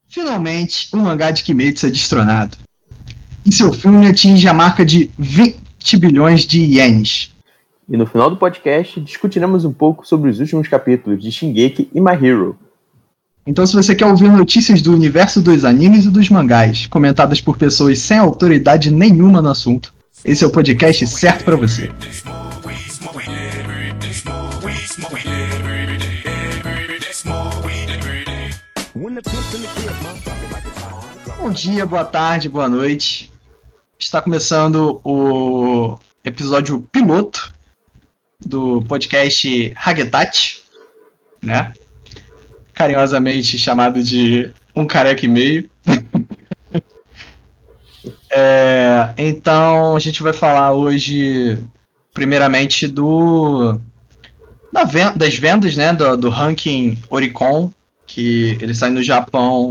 Finalmente, o mangá de Kimetsu é destronado. E seu filme atinge a marca de 20 bilhões de ienes. E no final do podcast, discutiremos um pouco sobre os últimos capítulos de Shingeki e My Hero. Então, se você quer ouvir notícias do universo dos animes e dos mangás, comentadas por pessoas sem autoridade nenhuma no assunto, esse é o podcast certo para você. Bom dia, boa tarde, boa noite. Está começando o episódio piloto do podcast Hagetachi, né? Carinhosamente chamado de Um Careca e Meio. Então, a gente vai falar hoje, primeiramente, das vendas, né? Do ranking Oricon, que ele sai no Japão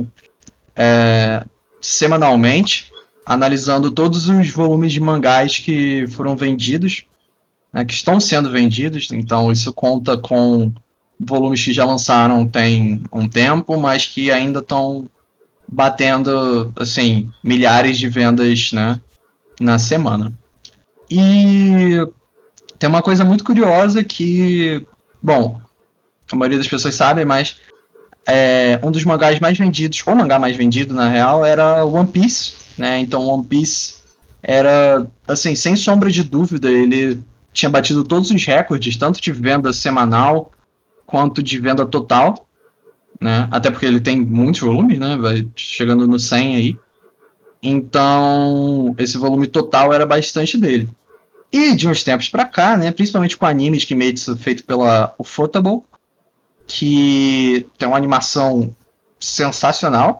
semanalmente, analisando todos os volumes de mangás que foram vendidos, né, que estão sendo vendidos. Então, isso conta com volumes que já lançaram tem um tempo, mas que ainda estão batendo, assim, milhares de vendas, né, na semana. E tem uma coisa muito curiosa que, bom, a maioria das pessoas sabe, mas um dos mangás mais vendidos, o mangá mais vendido, na real, era One Piece, né? Então, One Piece era, assim, sem sombra de dúvida, ele tinha batido todos os recordes, tanto de venda semanal quanto de venda total, né? Até porque ele tem muitos volumes, né? Vai chegando no 100 aí. Então, esse volume total era bastante dele. E de uns tempos pra cá, né? Principalmente com animes que feito pela Ufotable, que tem uma animação sensacional.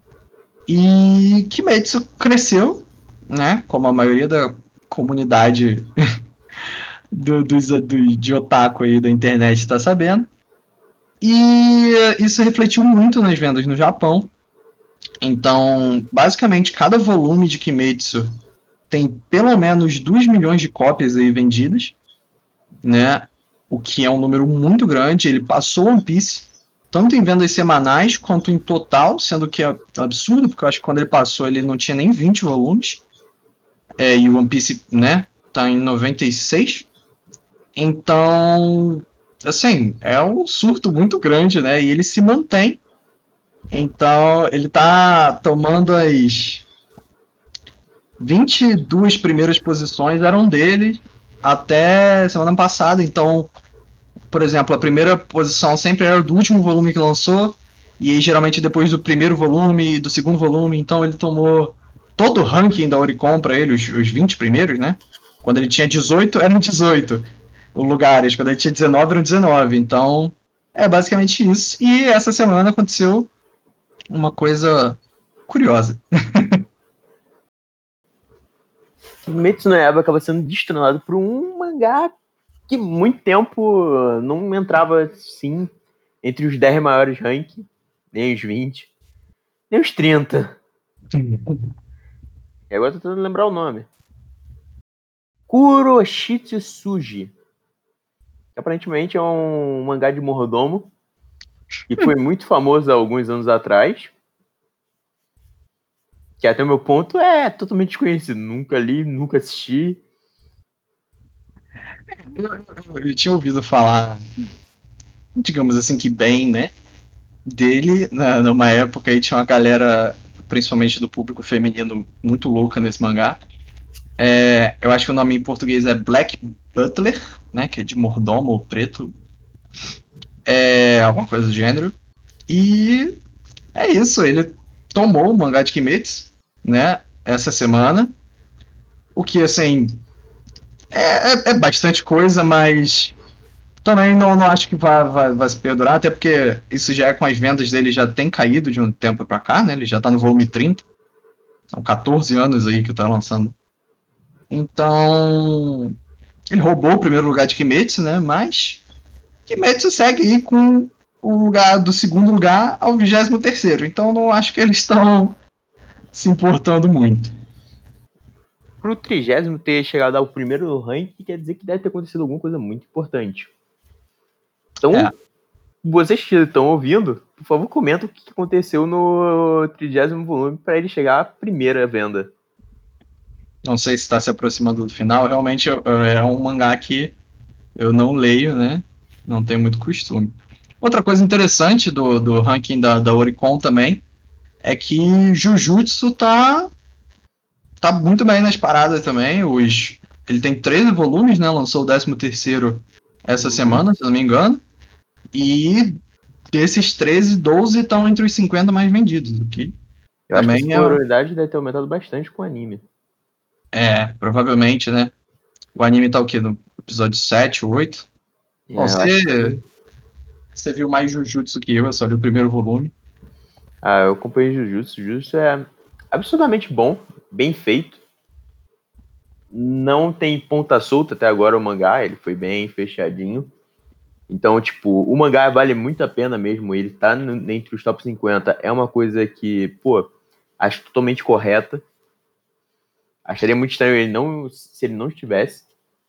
E Kimetsu cresceu, né? Como a maioria da comunidade de otaku aí da internet está sabendo. E isso refletiu muito nas vendas no Japão. Então, basicamente, cada volume de Kimetsu tem pelo menos 2 milhões de cópias aí vendidas, né? O que é um número muito grande. Ele passou One Piece, tanto em vendas semanais quanto em total, sendo que é absurdo, porque eu acho que quando ele passou ele não tinha nem 20 volumes. E o One Piece, né, tá em 96. Então, assim, é um surto muito grande, né? E ele se mantém. Então, ele tá tomando as 22 primeiras posições eram dele até semana passada. Então, por exemplo, a primeira posição sempre era do último volume que lançou, e aí geralmente depois do primeiro volume, do segundo volume, então ele tomou todo o ranking da Oricon para ele, os 20 primeiros, né? Quando ele tinha 18, eram 18 lugares, quando ele tinha 19, eram 19. Então, é basicamente isso. E essa semana aconteceu uma coisa curiosa. Kimetsu no Yaiba acaba sendo destronado por um mangá que muito tempo não entrava, assim, entre os 10 maiores rankings, nem os 20, nem os 30. E agora tô tentando lembrar o nome. Kuroshitsuji. Que aparentemente é um mangá de mordomo que foi muito famoso há alguns anos atrás. Que até o meu ponto é totalmente desconhecido. Nunca li, nunca assisti. Eu tinha ouvido falar, digamos assim, que bem, né? Dele, numa época aí tinha uma galera, principalmente do público feminino, muito louca nesse mangá. Eu acho que o nome em português é Black Butler, né? Que é de mordomo ou preto. Alguma coisa do gênero. E é isso, ele tomou o mangá de Kimetsu, né? Essa semana. O que, assim, é bastante coisa, mas também não acho que vai se perdurar, até porque isso já é com as vendas dele, já tem caído de um tempo pra cá, né? Ele já tá no volume 30. São 14 anos aí que tá lançando. Então, ele roubou o primeiro lugar de Kimetsu, né? Mas Kimetsu segue aí com o lugar do segundo lugar ao 23º. Então, não acho que eles estão se importando muito. Pro 30º ter chegado ao primeiro ranking, quer dizer que deve ter acontecido alguma coisa muito importante. Então, vocês que estão ouvindo, por favor, comenta o que aconteceu no 30º volume para ele chegar à primeira venda. Não sei se está se aproximando do final. Realmente é um mangá que eu não leio, né? Não tenho muito costume. Outra coisa interessante do ranking da Oricon também é que Jujutsu tá muito bem nas paradas também. Ele tem 13 volumes, né? Lançou o 13º essa semana, se não me engano. E desses 13, 12 estão entre os 50 mais vendidos, o que Eu acho que também essa popularidade deve ter aumentado bastante com o anime. provavelmente, né? O anime tá o quê? No episódio 7, 8? Bom, você viu mais Jujutsu que eu só li o primeiro volume. Eu acompanhei Jujutsu. Jujutsu é absurdamente bom, bem feito. Não tem ponta solta até agora o mangá, ele foi bem fechadinho. Então, tipo, o mangá vale muito a pena mesmo, ele tá entre os top 50. É uma coisa que, pô, acho totalmente correta. Acharia muito estranho se ele não estivesse.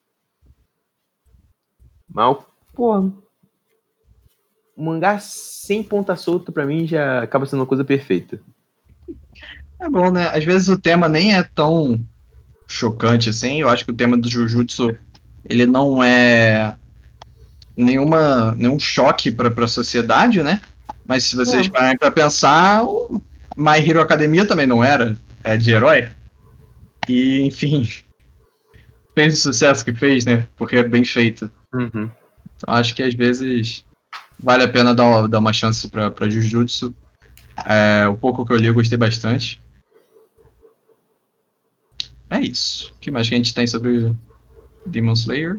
Mas, pô, o mangá sem ponta solta pra mim já acaba sendo uma coisa perfeita. É bom, né? Às vezes o tema nem é tão chocante assim. Eu acho que o tema do Jujutsu, ele não é nenhum choque para a sociedade, né? Mas se vocês pararem para pensar, o My Hero Academia também não era de herói. E, enfim, fez o sucesso que fez, né? Porque é bem feito. Uhum. Então, acho que às vezes vale a pena dar uma chance para Jujutsu. O pouco que eu li eu gostei bastante. É isso. O que mais que a gente tem sobre Demon Slayer?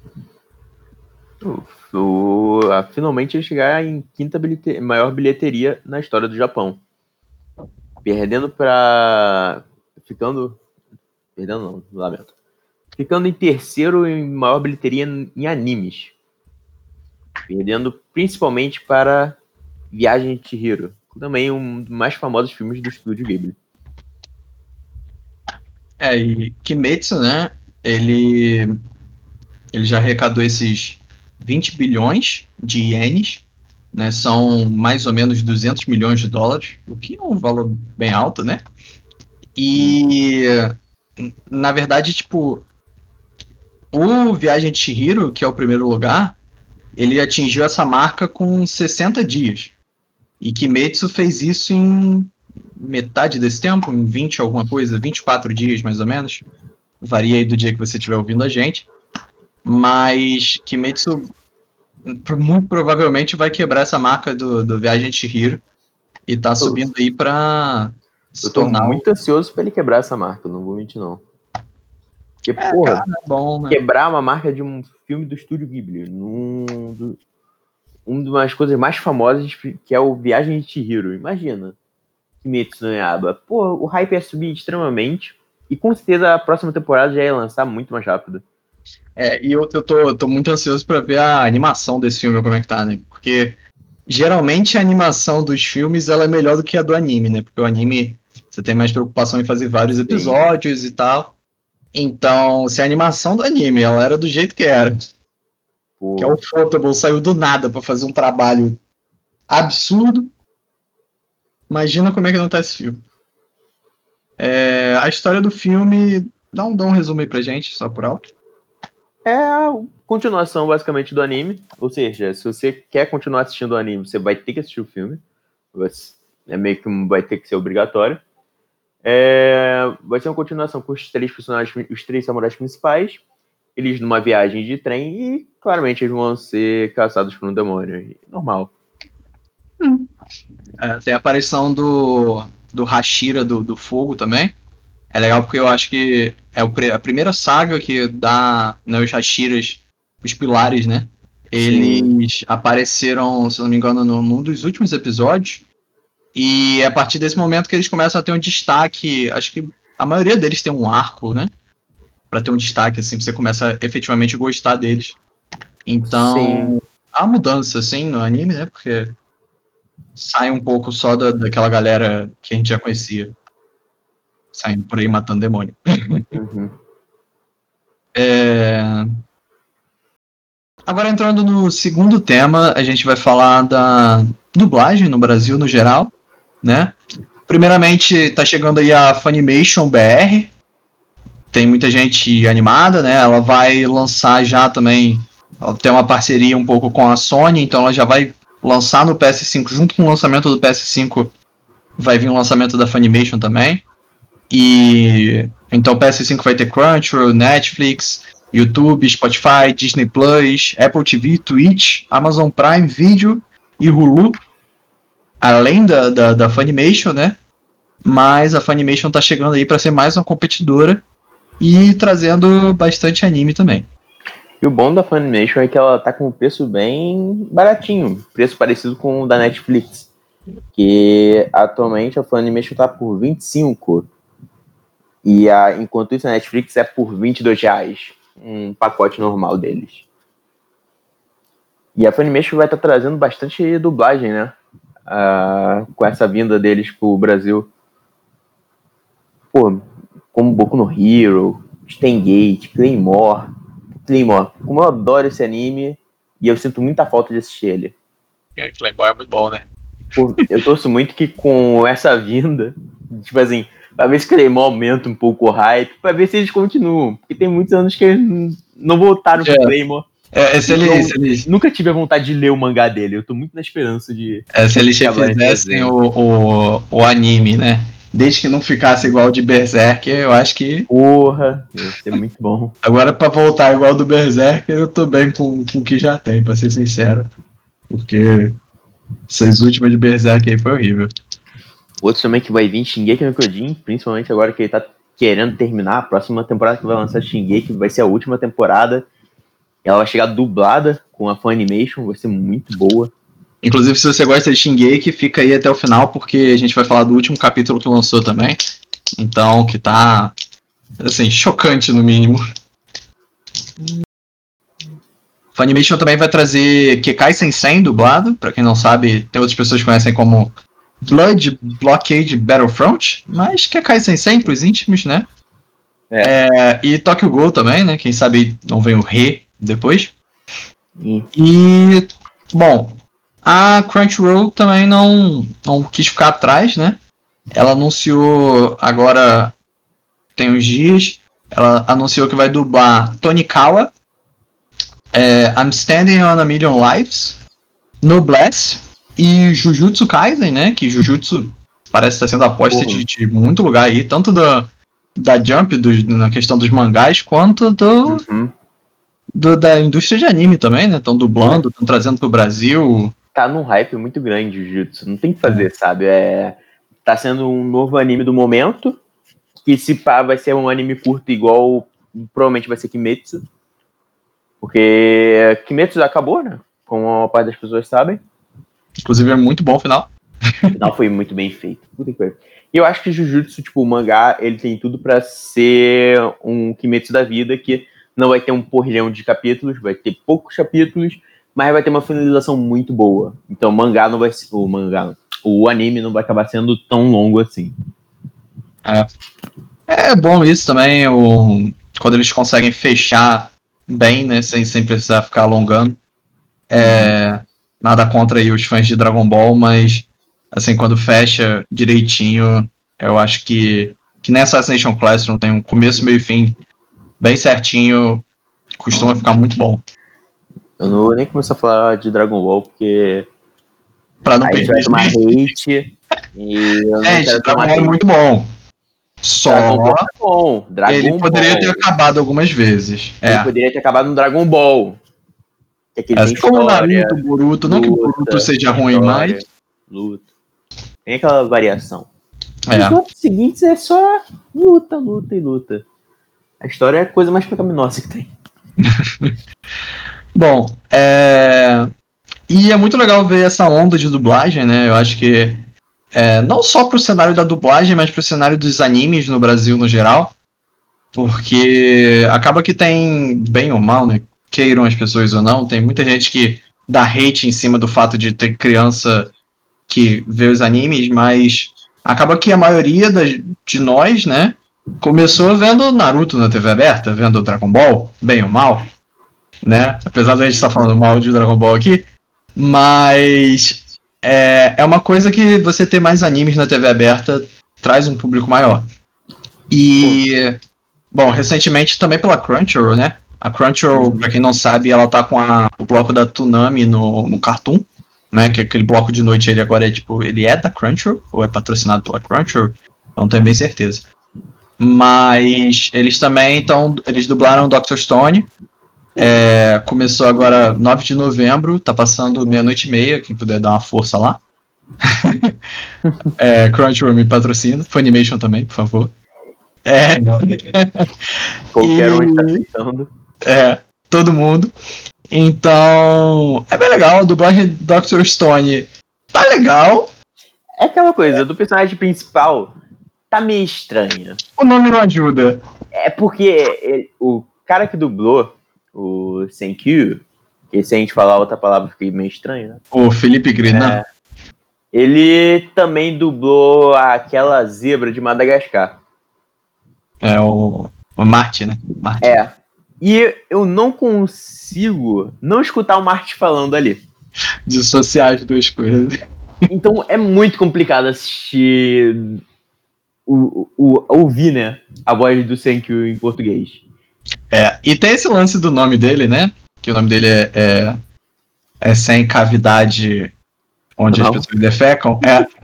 Finalmente ele chegar em quinta maior bilheteria na história do Japão. Perdendo para. Perdendo não, lamento. Ficando em terceiro em maior bilheteria em animes. Perdendo principalmente para Viagem de Chihiro. Também um dos mais famosos filmes do estúdio Ghibli. E Kimetsu, né? Ele já arrecadou esses 20 bilhões de ienes, né? São mais ou menos 200 milhões de dólares, o que é um valor bem alto, né? E, na verdade, tipo, o Viagem de Chihiro, que é o primeiro lugar, ele atingiu essa marca com 60 dias. E Kimetsu fez isso em metade desse tempo, em 20 alguma coisa, 24 dias mais ou menos. Varia aí do dia que você estiver ouvindo a gente. Mas Kimetsu muito provavelmente vai quebrar essa marca do Viagem de Chihiro e tá subindo aí pra se Eu tô tornar muito ansioso pra ele quebrar essa marca, não vou mentir não. Porque, porra, cara, é bom, né? quebrar uma marca de um filme do estúdio Ghibli, uma das coisas mais famosas, que é o Viagem de Chihiro. Imagina, Kimetsu no Yaiba. Pô, o hype ia subir extremamente e com certeza a próxima temporada já ia lançar muito mais rápido. E eu tô muito ansioso pra ver a animação desse filme, como é que tá, né? Porque geralmente a animação dos filmes ela é melhor do que a do anime, né? Porque o anime você tem mais preocupação em fazer vários episódios e tal. Então, se a animação do anime ela era do jeito que era, que é o Photable saiu do nada pra fazer um trabalho absurdo, imagina como é que não tá esse filme. A história do filme, dá um resumo aí pra gente, só por alto. É a continuação, basicamente, do anime. Ou seja, se você quer continuar assistindo o anime, você vai ter que assistir o filme. É meio que vai ter que ser obrigatório. Vai ser uma continuação com os três personagens, os três samurais principais. Eles numa viagem de trem e, claramente, eles vão ser caçados por um demônio. Normal. Tem a aparição do Hashira do Fogo também. É legal porque eu acho que é a primeira saga que dá, né, os Hashiras, os pilares, né? Eles apareceram, se não me engano, num dos últimos episódios. E é a partir desse momento que eles começam a ter um destaque. Acho que a maioria deles tem um arco, né? Pra ter um destaque, assim, você começa a efetivamente gostar deles. Então, há uma mudança, assim, no anime, né? Porque sai um pouco só daquela galera que a gente já conhecia. Saindo por aí matando demônio. Uhum. Agora entrando no segundo tema, a gente vai falar dublagem no Brasil no geral, né? Primeiramente, tá chegando aí a Funimation BR. Tem muita gente animada, né? Ela vai lançar já também. Ela tem uma parceria um pouco com a Sony, então ela já vai lançar no PS5. Junto com o lançamento do PS5, vai vir o lançamento da Funimation também. E então o PS5 vai ter Crunchyroll, Netflix, YouTube, Spotify, Disney Plus, Apple TV, Twitch, Amazon Prime Video e Hulu. Além da Funimation, né? Mas a Funimation tá chegando aí para ser mais uma competidora e trazendo bastante anime também. E o bom da Funimation é que ela tá com um preço bem baratinho, preço parecido com o da Netflix, que atualmente a Funimation tá por 25, e enquanto isso a Netflix é por R$22, um pacote normal deles. E a Funimation vai estar trazendo bastante dublagem, né? Com essa vinda deles pro Brasil. Pô, como Boku no Hero, Steingate, Claymore. Como eu adoro esse anime e eu sinto muita falta de assistir ele. Claymore é muito bom, né? Pô, eu torço muito que com essa vinda, tipo assim, pra ver se Claymore aumenta um pouco o hype, pra ver se eles continuam. Porque tem muitos anos que eles não voltaram pro Claymore. Se eles... Nunca tive a vontade de ler o mangá dele. Eu tô muito na esperança de... se eles fizessem o anime, né? Desde que não ficasse igual o de Berserk, eu acho que... Porra, ia ser muito bom. Agora, pra voltar igual do Berserk, eu tô bem com o que já tem, pra ser sincero. Porque essas últimas de Berserk aí foi horrível. Outro também que vai vir, Shingeki no Kyojin, principalmente agora que ele tá querendo terminar. A próxima temporada que vai lançar Shingeki vai ser a última temporada. Ela vai chegar dublada com a Funimation, vai ser muito boa. Inclusive, se você gosta de Shingeki, fica aí até o final, porque a gente vai falar do último capítulo que lançou também. Então, que tá, assim, chocante no mínimo. Funimation também vai trazer Kekai Sensen dublado. Pra quem não sabe, tem outras pessoas que conhecem como Blood Blockade Battlefront, mas Kekai Sensen pros íntimos, né? E Tokyo Ghoul também, né? Quem sabe não vem o Re depois. E, bom... A Crunchyroll também não quis ficar atrás, né? Ela anunciou agora, tem uns dias, ela anunciou que vai dublar Tonikawa, I'm Standing on a Million Lives, Noblesse e Jujutsu Kaisen, né? Que Jujutsu parece estar sendo aposta de muito lugar aí, tanto da Jump, na questão dos mangás, quanto da indústria de anime também, né? Estão dublando, estão trazendo pro Brasil... Tá num hype muito grande o Jujutsu, não tem o que fazer, sabe? Tá sendo um novo anime do momento, que se pá vai ser um anime curto igual, provavelmente vai ser Kimetsu, porque Kimetsu já acabou, né? Como a parte das pessoas sabem. Inclusive é muito bom o final. O final foi muito bem feito. E eu acho que Jujutsu, tipo, o mangá, ele tem tudo pra ser um Kimetsu da vida, que não vai ter um porrilhão de capítulos, vai ter poucos capítulos, mas vai ter uma finalização muito boa. Então o anime não vai acabar sendo tão longo assim. É bom isso também, quando eles conseguem fechar bem, né, sem precisar ficar alongando. Nada contra aí os fãs de Dragon Ball, mas assim, quando fecha direitinho, eu acho que nem Assassination Classroom tem um começo, meio e fim bem certinho, costuma ficar muito bom. Eu não vou nem começar a falar de Dragon Ball, porque pra não aí vai tomar hate. Dragon Ball é muito bom. Só Dragon Ball é bom. Ele poderia ter acabado algumas vezes. Ele poderia ter acabado no Dragon Ball. Que assim como Naruto, Boruto, não que o Boruto seja ruim, mas... Luta. Tem aquela variação. Os outros seguintes é só luta. A história é a coisa mais pecaminosa que tem. Bom, e é muito legal ver essa onda de dublagem, né? Eu acho que não só pro cenário da dublagem, mas pro cenário dos animes no Brasil no geral, porque acaba que tem, bem ou mal, né? Queiram as pessoas ou não, tem muita gente que dá hate em cima do fato de ter criança que vê os animes, mas acaba que a maioria de nós, né, começou vendo Naruto na TV aberta, vendo Dragon Ball, bem ou mal, né? Apesar da gente estar falando mal de Dragon Ball aqui, mas é uma coisa que você ter mais animes na TV aberta traz um público maior. E, bom, recentemente também pela Crunchyroll, né? A Crunchyroll, pra quem não sabe, ela tá com o bloco da Toonami no Cartoon, né? Que aquele bloco de noite ele agora é tipo, ele é da Crunchyroll, ou é patrocinado pela Crunchyroll, não tenho bem certeza. Mas eles também eles dublaram Dr. Stone. Começou agora 9 de novembro, tá passando 00:30, quem puder dar uma força lá. Crunchyroll me patrocina, Funimation também, por favor. Qualquer um está aceitando. Todo mundo. Então, é bem legal, a dublagem de Dr. Stone tá legal. É aquela coisa, do personagem principal tá meio estranha. O nome não ajuda. É porque o cara que dublou o Senkyu, que se a gente falar outra palavra fica meio estranho, né? O Felipe Grinan. Ele também dublou aquela zebra de Madagascar. O Marty, né? Marty. E eu não consigo não escutar o Marty falando ali. Dissociar as duas coisas. Então é muito complicado assistir, ouvir, né, a voz do Senkyu em português. E tem esse lance do nome dele, né? Que o nome dele é sem cavidade onde as pessoas defecam.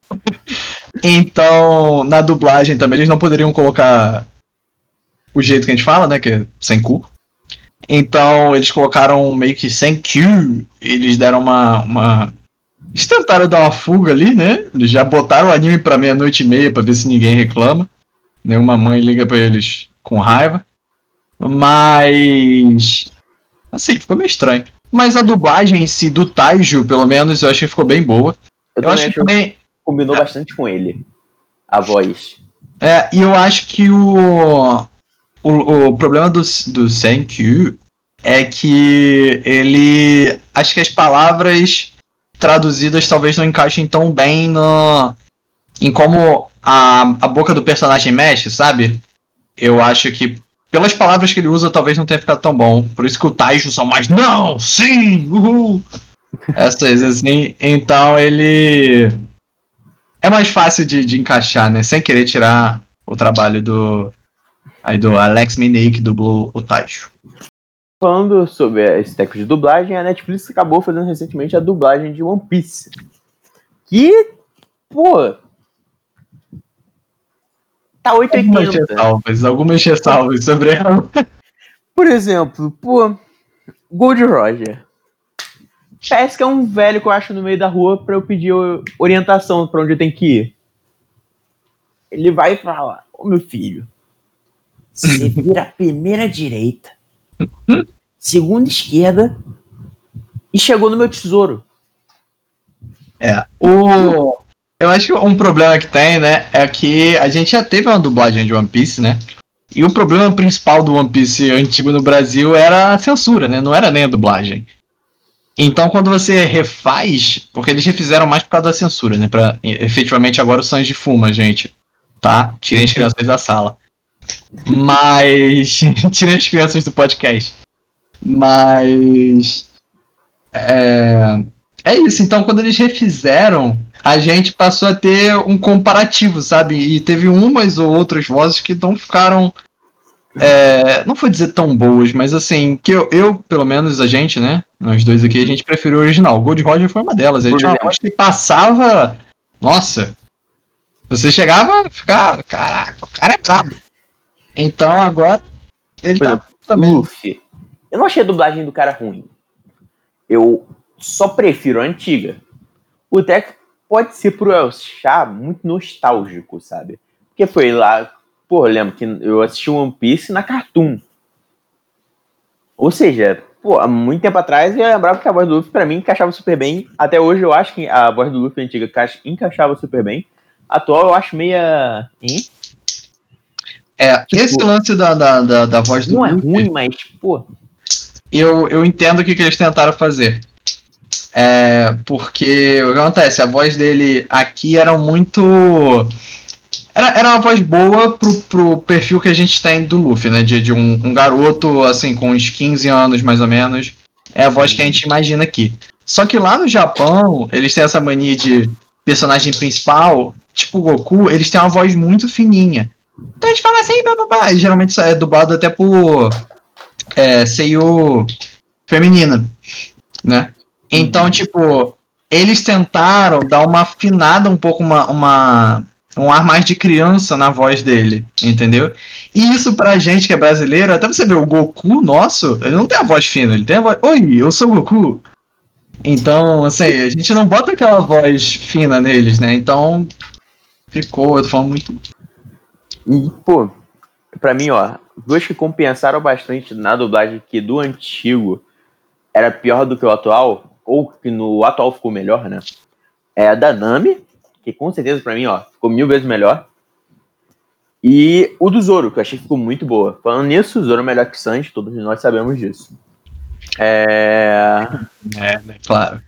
Então, na dublagem também, eles não poderiam colocar o jeito que a gente fala, né? Que é sem cu. Então, eles colocaram meio que sem Q. Eles deram eles tentaram dar uma fuga ali, né? Eles já botaram o anime pra 00:30 pra ver se ninguém reclama. Nenhuma mãe liga pra eles com raiva. Mas, assim, ficou meio estranho. Mas a dublagem em si do Taiju, pelo menos, eu achei que ficou bem boa. Eu acho que também combinou bastante com ele, a voz. E eu acho que o problema do Senkyu é que ele... Acho que as palavras traduzidas talvez não encaixem tão bem em como a boca do personagem mexe, sabe? Eu acho que pelas palavras que ele usa, talvez não tenha ficado tão bom. Por isso que o Taiju são mais não, sim, uhul. Essas assim. Então ele é mais fácil de encaixar, né? Sem querer tirar o trabalho do Alex Minei, que dublou o Taiju. Falando sobre esse técnico de dublagem, a Netflix acabou fazendo recentemente a dublagem de One Piece. Que, pô, tá 880. Algumas ressalvas sobre ela. Por exemplo, Gold Roger. Parece que é um velho que eu acho no meio da rua pra eu pedir orientação pra onde eu tenho que ir. Ele vai e fala: ô meu filho, você vira a primeira direita, segunda esquerda e chegou no meu tesouro. Eu acho que um problema que tem, né, é que a gente já teve uma dublagem de One Piece, né? E o problema principal do One Piece antigo no Brasil era a censura, né? Não era nem a dublagem. Então, quando você refaz, porque eles refizeram mais por causa da censura, né? Pra, efetivamente, agora o Sanji fuma, gente. Tá? Tirem as crianças da sala. Mas... tirem as crianças do podcast. Mas... É isso. Então, quando eles refizeram, a gente passou a ter um comparativo, sabe? E teve umas ou outras vozes que não ficaram... não vou dizer tão boas, mas assim, que eu, pelo menos a gente, né? Nós dois aqui, a gente preferiu o original. O Gold Roger foi uma delas. A gente tinha uma voz que passava. Nossa! Você chegava a ficar. Caraca, o cara é brabo. Então agora. Ele tá também. Luffy. Eu não achei a dublagem do cara ruim. Eu só prefiro a antiga. O Tech pode ser pro El Chá muito nostálgico, sabe? Porque foi lá. Pô, eu lembro que eu assisti One Piece na Cartoon. Ou seja, há muito tempo atrás eu lembrava que a voz do Luffy, pra mim, encaixava super bem. Até hoje eu acho que a voz do Luffy antiga encaixava super bem. A atual eu acho meia... Esse lance da voz do Luffy... Não é ruim, mas, Eu entendo o que eles tentaram fazer. Porque o que acontece? A voz dele aqui era muito... Era uma voz boa pro perfil que a gente tem do Luffy, né? De um garoto, assim, com uns 15 anos, mais ou menos. É a voz que a gente imagina aqui. Só que lá no Japão, eles têm essa mania de personagem principal, tipo o Goku, eles têm uma voz muito fininha. Então a gente fala assim, bababá, e geralmente isso é dublado até por seiyuu feminina, né? Então, tipo, eles tentaram dar uma afinada um pouco, um ar mais de criança na voz dele, entendeu? E isso pra gente que é brasileiro, até você ver o Goku nosso, ele não tem a voz fina, ele tem a voz, oi, eu sou o Goku. Então, assim, a gente não bota aquela voz fina neles, né? Então, ficou, eu tô falando muito. E, pô, pra mim, ó, duas que compensaram bastante na dublagem que do antigo era pior do que o atual, ou que no atual ficou melhor, né? É a da Nami, que com certeza pra mim, ó, ficou 1000 vezes melhor. E o do Zoro, que eu achei que ficou muito boa. Falando nisso, o Zoro é melhor que o Sanji, todos nós sabemos disso. Né, claro.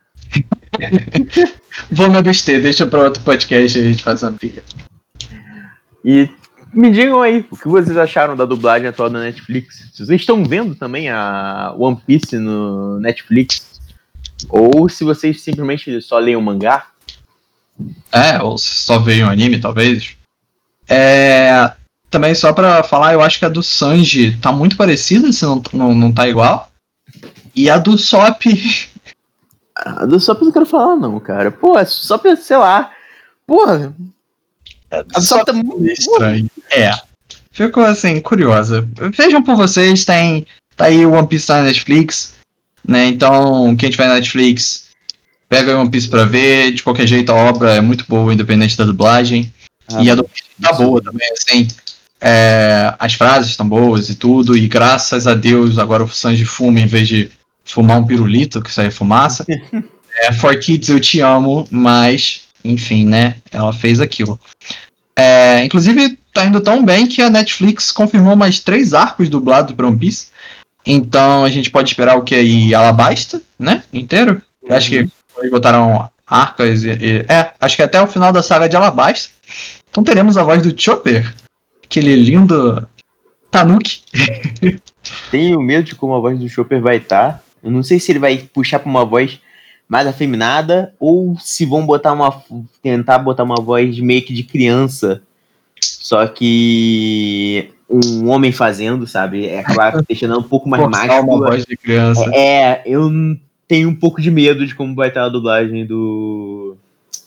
Vou me abster, deixa pra outro podcast a gente faz uma pica. E me digam aí, o que vocês acharam da dublagem atual da Netflix? Se vocês estão vendo também a One Piece no Netflix, ou se vocês simplesmente só leem o mangá. Ou só veio um anime, talvez. Também só pra falar, eu acho que a do Sanji tá muito parecida, se não tá igual. E a do Sop. A do Sop eu não quero falar, não, cara. Pô, só pra, sei lá. Porra, a do Sop tá muito estranho. Ficou assim, curiosa. Vejam por vocês, tá aí o One Piece na Netflix, né? Então, quem tiver na Netflix, pega o One Piece pra ver. De qualquer jeito, a obra é muito boa, independente da dublagem. E a dublagem tá boa também, assim. As frases estão boas e tudo. E graças a Deus, agora o Sanji fuma em vez de fumar um pirulito, que sai fumaça. For Kids, eu te amo, mas, enfim, né? Ela fez aquilo. Inclusive, tá indo tão bem que a Netflix confirmou mais 3 arcos dublados para One Piece. Então a gente pode esperar o que aí? Alabasta, né? Inteiro. Acho que eles botaram arcas acho que até o final da saga de Alabasta. Então teremos a voz do Chopper. Aquele lindo Tanuki. Tenho medo de como a voz do Chopper vai estar. Eu não sei se ele vai puxar pra uma voz mais afeminada ou se vão tentar botar uma voz meio que de criança. Só que um homem fazendo, sabe? Acabar deixando um pouco mais Forçar uma máscula. voz de criança. Eu tenho um pouco de medo de como vai estar a dublagem do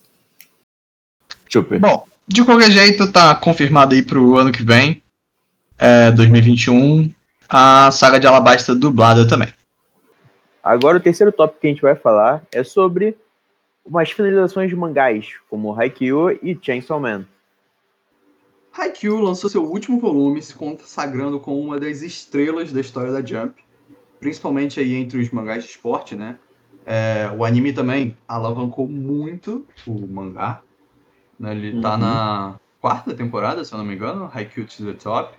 Chopper. Bom, de qualquer jeito, tá confirmado aí pro ano que vem, 2021, a saga de Alabasta dublada também. Agora o terceiro tópico que a gente vai falar é sobre umas finalizações de mangás, como Haikyuu e Chainsaw Man. Haikyuu lançou seu último volume, se consagrando como uma das estrelas da história da Jump, principalmente aí entre os mangás de esporte, né? O anime também alavancou muito o mangá, né? Ele tá na 4ª temporada, se eu não me engano, Haikyuu to the Top.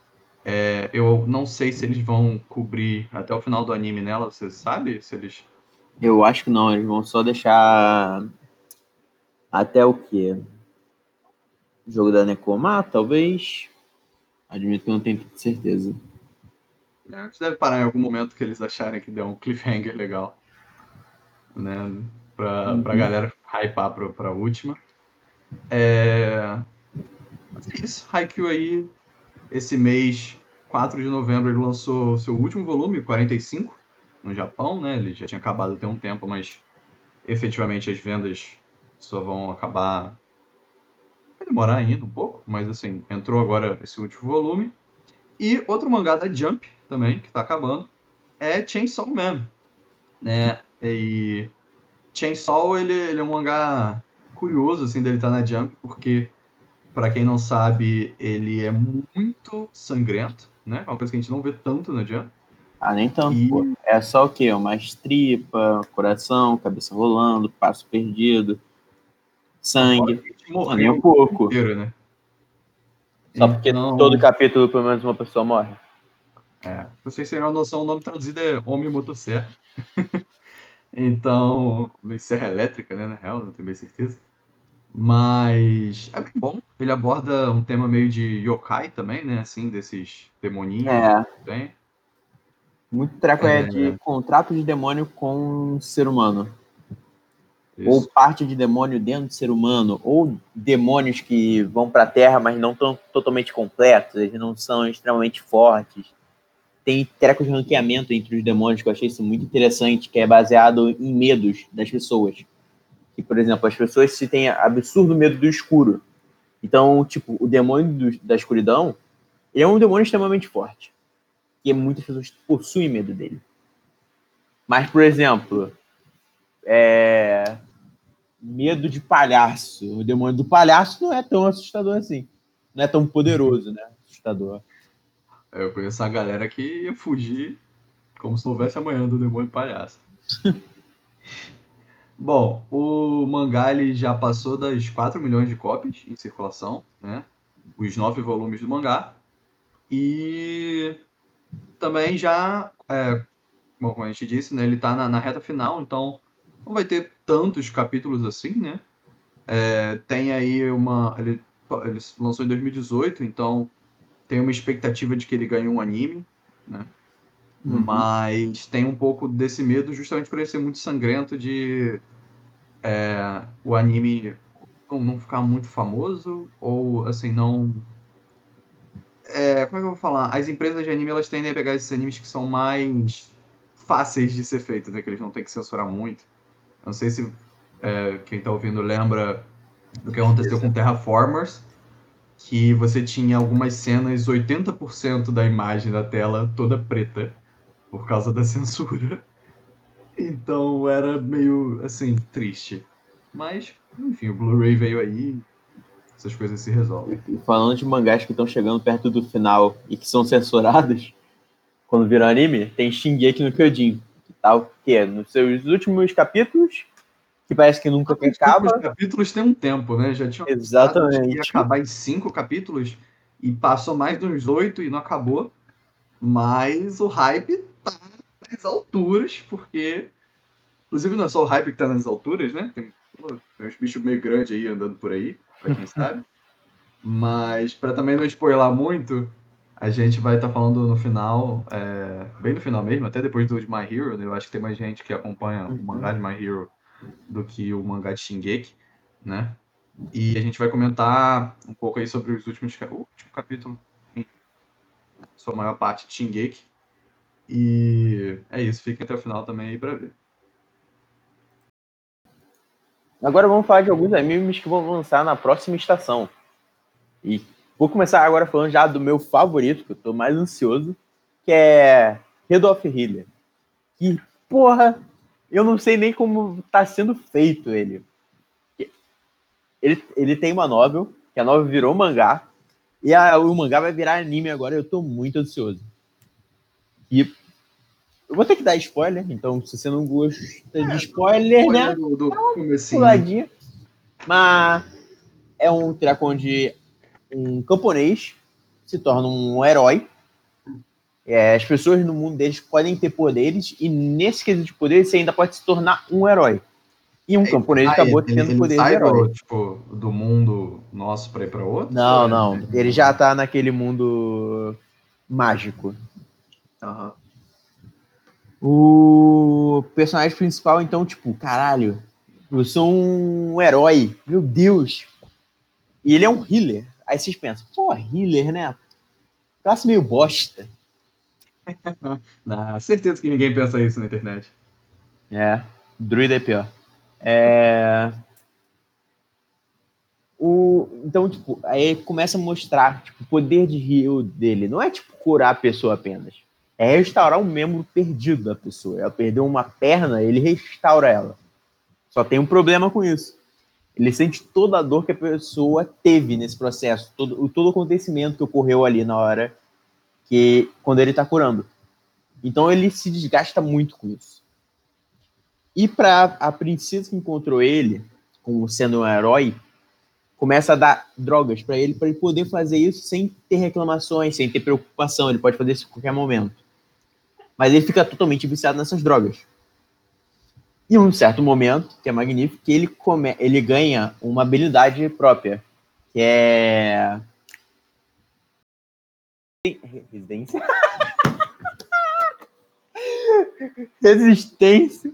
Eu não sei se eles vão cobrir até o final do anime nela, você sabe? Se eles... Eu acho que não, eles vão só deixar até o quê? O jogo da Nekoma, talvez? Admito que eu não tenho certeza. Eles devem parar em algum momento que eles acharem que deu um cliffhanger legal, né? Pra galera hypar pra última. Mas é isso, Haikyuu aí, esse mês, 4 de novembro, ele lançou seu último volume, 45, no Japão, né? Ele já tinha acabado tem um tempo, mas efetivamente as vendas só vão acabar... Vai demorar ainda um pouco, mas assim, entrou agora esse último volume. E outro mangá da Jump também, que tá acabando, é Chainsaw Man, né? E Chainsaw, ele é um mangá curioso, assim, dele estar na Jump, porque, para quem não sabe, ele é muito sangrento, né? É uma coisa que a gente não vê tanto na Jump. Ah, nem tanto, pô. É só o quê? Uma estripa, coração, cabeça rolando, passo perdido, sangue. Não, nem um pouco. Inteiro, né? Só porque todo capítulo, pelo menos, uma pessoa morre. Pra vocês terem uma noção, o nome traduzido é Homem Motosserra. Então, serra elétrica, né? Na real, não tenho bem certeza. Mas é bem bom. Ele aborda um tema meio de yokai também, né? Assim, desses demoninhos que tem. Muito treco é de contrato de demônio com um ser humano. Isso. Ou parte de demônio dentro do ser humano, ou demônios que vão para a Terra, mas não estão totalmente completos, eles não são extremamente fortes. Tem treco de ranqueamento entre os demônios, que eu achei isso muito interessante, que é baseado em medos das pessoas. Que, por exemplo, as pessoas se têm absurdo medo do escuro. Então, tipo, o demônio da escuridão, ele é um demônio extremamente forte. E muitas pessoas possuem medo dele. Mas, por exemplo, medo de palhaço. O demônio do palhaço não é tão assustador assim. Não é tão poderoso, né? Assustador. Eu conheço uma galera que ia fugir como se não houvesse amanhã do demônio palhaço. Bom, o mangá ele já passou das 4 milhões de cópias em circulação, né? Os 9 volumes do mangá. E também já, bom, como a gente disse, né, ele está na reta final, então não vai ter tantos capítulos assim, né? Tem aí ele lançou em 2018, então tem uma expectativa de que ele ganhe um anime, né? Mas tem um pouco desse medo justamente por ele ser muito sangrento de o anime não ficar muito famoso ou assim não como é que eu vou falar? As empresas de anime elas tendem a pegar esses animes que são mais fáceis de ser feitos, né? Que eles não têm que censurar muito. Não sei se quem tá ouvindo lembra do que aconteceu com Terraformers, que você tinha algumas cenas 80% da imagem da tela toda preta por causa da censura. Então era meio assim triste. Mas, enfim, o Blu-ray veio aí, essas coisas se resolvem. E falando de mangás que estão chegando perto do final e que são censurados, quando viram anime, tem Shingeki no Kyojin. Que tá o quê? Nos seus últimos capítulos, que parece que nunca acaba. Os capítulos tem um tempo, né? Já tinha avisado que ia Exatamente. acabar em 5 capítulos e passou mais de uns 8 e não acabou. Mas o hype tá nas alturas, porque. Inclusive não é só o hype que tá nas alturas, né? Tem uns bichos meio grandes aí andando por aí, pra quem sabe. Mas para também não spoiler muito, a gente vai estar falando no final, bem no final mesmo, até depois do de My Hero, né? Eu acho que tem mais gente que acompanha o mangá de My Hero do que o mangá de Shingeki, né? E a gente vai comentar um pouco aí sobre o último capítulo, enfim, sua maior parte de Shingeki. E é isso, fica até o final também aí pra ver. Agora vamos falar de alguns animes que vão lançar na próxima estação. E vou começar agora falando já do meu favorito, que eu tô mais ansioso, que é Head of Healer. Que, porra, eu não sei nem como tá sendo feito ele. Ele tem uma novel, que a novel virou mangá, e o mangá vai virar anime agora, eu tô muito ansioso. E eu vou ter que dar spoiler, então se você não gosta de spoiler, né? Do comecinho. Puladinha. Mas é um treco onde um camponês se torna um herói. As pessoas no mundo deles podem ter poderes, e nesse quesito de poder você ainda pode se tornar um herói. E um camponês acabou tendo Ele poder de sai herói. do mundo nosso pra ir pra outro? Não. Ele já tá naquele mundo mágico. Aham. O personagem principal, então, tipo, caralho, eu sou um herói, meu Deus. E ele é um healer. Aí vocês pensam, pô, healer, né? Classe meio bosta. Certeza que ninguém pensa isso na internet. Druida é pior. Então, tipo, aí começa a mostrar tipo, o poder de heal dele. Não é, tipo, curar a pessoa apenas. É restaurar um membro perdido da pessoa. Ela perdeu uma perna, ele restaura ela. Só tem um problema com isso. Ele sente toda a dor que a pessoa teve nesse processo. Todo acontecimento que ocorreu ali na hora quando ele tá curando. Então ele se desgasta muito com isso. E para a princesa que encontrou ele, como sendo um herói, começa a dar drogas para ele poder fazer isso sem ter reclamações, sem ter preocupação. Ele pode fazer isso a qualquer momento. Mas ele fica totalmente viciado nessas drogas. E em um certo momento, que é magnífico, que ele ganha uma habilidade própria, que é... Residência? Resistência.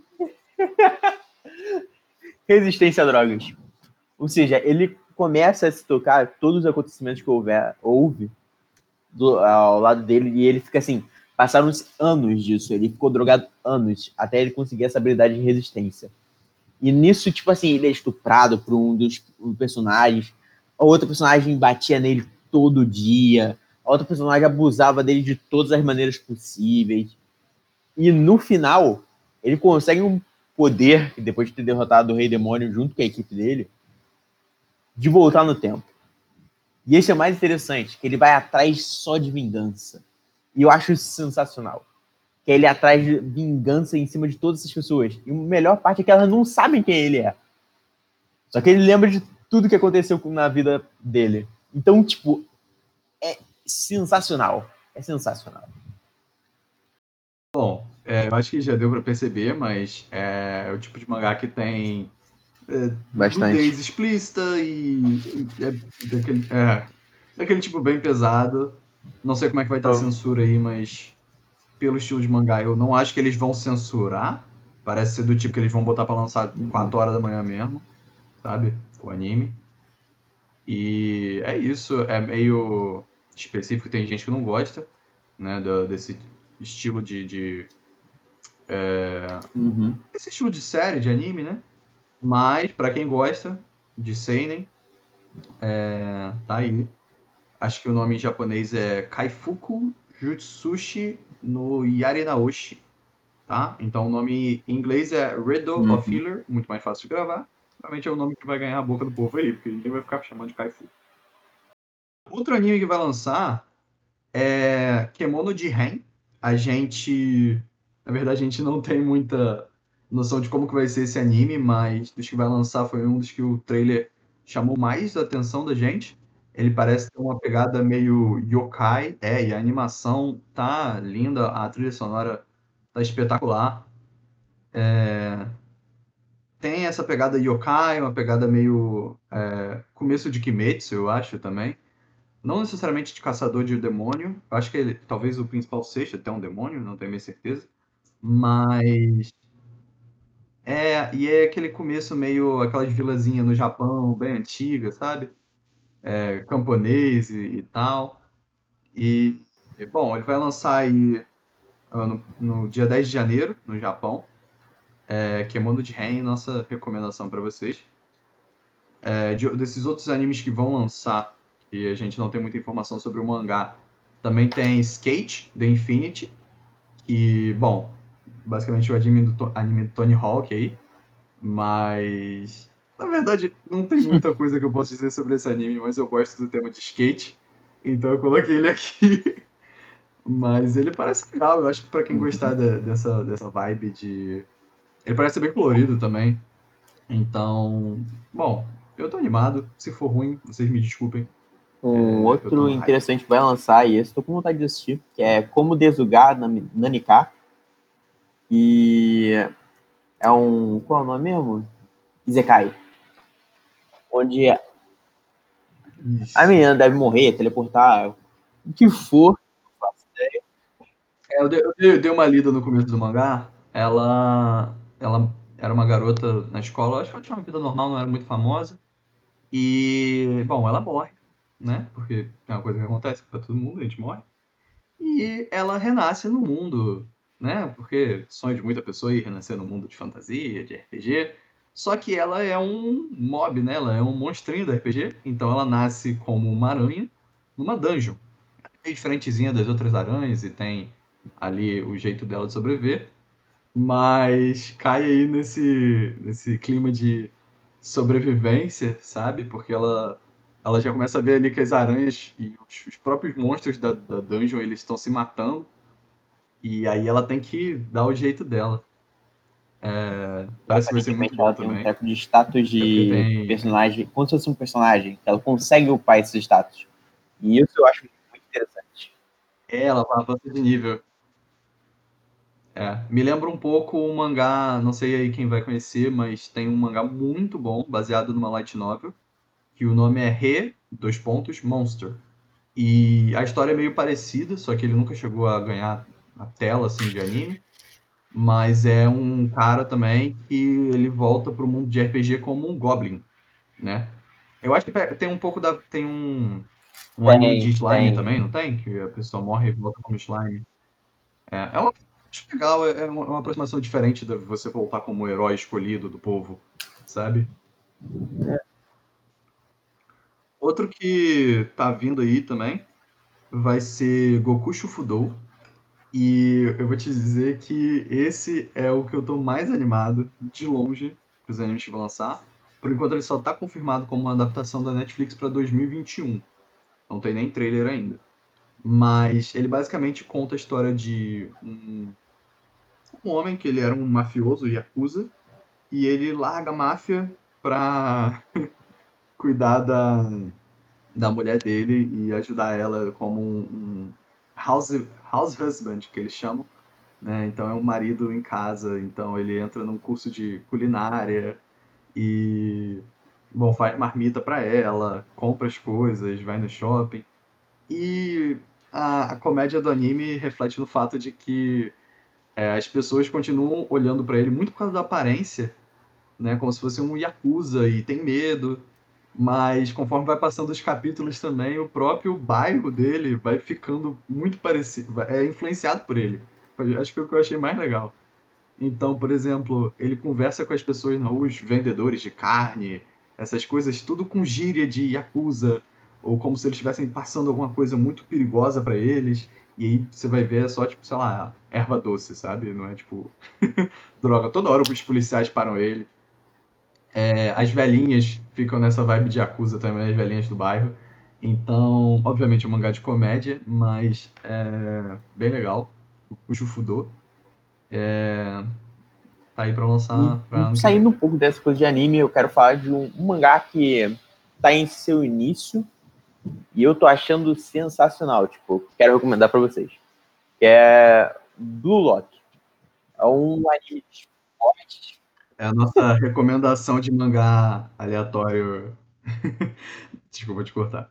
Resistência a drogas. Ou seja, ele começa a se tocar todos os acontecimentos que houve ao lado dele, e ele fica assim, passaram-se anos disso, ele ficou drogado anos, até ele conseguir essa habilidade de resistência. E nisso, tipo assim, ele é estuprado por um dos personagens, a outra personagem batia nele todo dia, a outra personagem abusava dele de todas as maneiras possíveis. E no final, ele consegue um poder, depois de ter derrotado o Rei Demônio junto com a equipe dele, de voltar no tempo. E esse é o mais interessante, que ele vai atrás só de vingança. E eu acho isso sensacional. Que ele é atrás de vingança em cima de todas essas pessoas. E a melhor parte é que elas não sabem quem ele é. Só que ele lembra de tudo que aconteceu na vida dele. Então, tipo, é sensacional. É sensacional. Bom, eu acho que já deu pra perceber, mas é o tipo de mangá que tem Bastante. nudez explícita e daquele tipo bem pesado. Não sei como é que vai estar a censura aí, mas pelo estilo de mangá eu não acho que eles vão censurar. Parece ser do tipo que eles vão botar pra lançar 4 horas da manhã mesmo, sabe? O anime. E é isso, é meio específico, tem gente que não gosta, né, desse estilo esse estilo de série, de anime, né? Mas, pra quem gosta de seinen, tá aí. Acho que o nome em japonês é Kaifuku Jutsushi no Yari Naoshi, tá? Então o nome em inglês é Riddle of Healer, muito mais fácil de gravar. Provavelmente é o nome que vai ganhar a boca do povo aí, porque ninguém vai ficar chamando de Kaifuku. Outro anime que vai lançar é Kemono de Ren. Na verdade, a gente não tem muita noção de como que vai ser esse anime, mas dos que vai lançar foi um dos que o trailer chamou mais a atenção da gente. Ele parece ter uma pegada meio yokai, e a animação tá linda, a trilha sonora tá espetacular. Tem essa pegada yokai, uma pegada meio começo de Kimetsu, eu acho também. Não necessariamente de caçador de demônio. Eu acho que talvez o principal seja até um demônio, não tenho minha certeza. Mas e é aquele começo meio aquelas vilazinhas no Japão, bem antiga, sabe? Camponês e tal. Bom, ele vai lançar aí no dia 10 de janeiro, no Japão. Kemono de Ren, nossa recomendação para vocês. Desses outros animes que vão lançar, e a gente não tem muita informação sobre o mangá, também tem Skate, The Infinity, que, bom, basicamente o anime do Tony Hawk aí, mas, na verdade, não tem muita coisa que eu possa dizer sobre esse anime, mas eu gosto do tema de skate, então eu coloquei ele aqui. Mas ele parece legal, eu acho que pra quem gostar dessa vibe de... Ele parece bem colorido também, então, bom, eu tô animado. Se for ruim, vocês me desculpem. Um Eu tô outro no hype. interessante que vai lançar, e esse tô com vontade de assistir, que é Como Desugar Nanika. E é um... Qual é o nome mesmo? Isekai. Onde a menina deve morrer, teleportar, o que for. Eu dei uma lida no começo do mangá. Ela era uma garota na escola, acho que ela tinha uma vida normal, não era muito famosa. E, bom, ela morre, né? Porque é uma coisa que acontece pra todo mundo, a gente morre. E ela renasce no mundo, né? Porque sonho de muita pessoa é ir renascer no mundo de fantasia, de RPG. Só que ela é um mob, né? Ela é um monstrinho da RPG. Então ela nasce como uma aranha numa dungeon. É diferentezinha das outras aranhas e tem ali o jeito dela de sobreviver. Mas cai aí nesse clima de sobrevivência, sabe? Porque ela já começa a ver ali que as aranhas e os próprios monstros da dungeon eles estão se matando. E aí ela tem que dar o jeito dela. Parece que vai ser muito Aparentemente bom ela tem um também. treco de status de personagem, como se fosse um personagem, ela consegue upar esse status. E isso eu acho muito interessante. Ela avança de nível. Me lembra um pouco um mangá, não sei aí quem vai conhecer, mas tem um mangá muito bom, baseado numa light novel, que o nome é Monster. E a história é meio parecida, só que ele nunca chegou a ganhar a tela assim de anime. mas é um cara também que ele volta pro mundo de RPG como um Goblin, né? Eu acho que tem um pouco da... Tem um anime de slime tem. também, não tem? Que a pessoa morre e volta como slime. É uma... Acho legal, é uma aproximação diferente de você voltar como o herói escolhido do povo, sabe? Outro que tá vindo aí também vai ser Goku Shufudo. E eu vou te dizer que esse é o que eu tô mais animado, de longe, que os animes que vão lançar. Por enquanto ele só tá confirmado como uma adaptação da Netflix para 2021. Não tem nem trailer ainda. Mas ele basicamente conta a história de um homem que ele era um mafioso, yakuza, e ele larga a máfia pra cuidar da mulher dele e ajudar ela como um house husband, que eles chamam, né? Então é um marido em casa, então ele entra num curso de culinária e bom, faz marmita para ela, compra as coisas, vai no shopping. E a comédia do anime reflete no fato de que as pessoas continuam olhando para ele muito por causa da aparência, né? Como se fosse um yakuza e tem medo. Mas conforme vai passando os capítulos também, o próprio bairro dele vai ficando muito parecido, é influenciado por ele. Acho que foi o que eu achei mais legal. Então, por exemplo, ele conversa com as pessoas na rua, os vendedores de carne, essas coisas, tudo com gíria de yakuza, ou como se eles estivessem passando alguma coisa muito perigosa para eles. E aí você vai ver é só, tipo, sei lá, erva doce, sabe? Não é tipo droga. Toda hora os policiais param ele. As velhinhas ficam nessa vibe de yakuza também, as velhinhas do bairro. Então, obviamente, é um mangá de comédia, mas é bem legal. O Shufudo. Tá aí pra E lançar pra ano que vem. saindo um pouco dessa coisa de anime, eu quero falar de um mangá que tá em seu início e eu tô achando sensacional. Tipo, quero recomendar pra vocês. Que é Blue Lock. É um anime de esporte. É a nossa recomendação de mangá aleatório. Desculpa te cortar.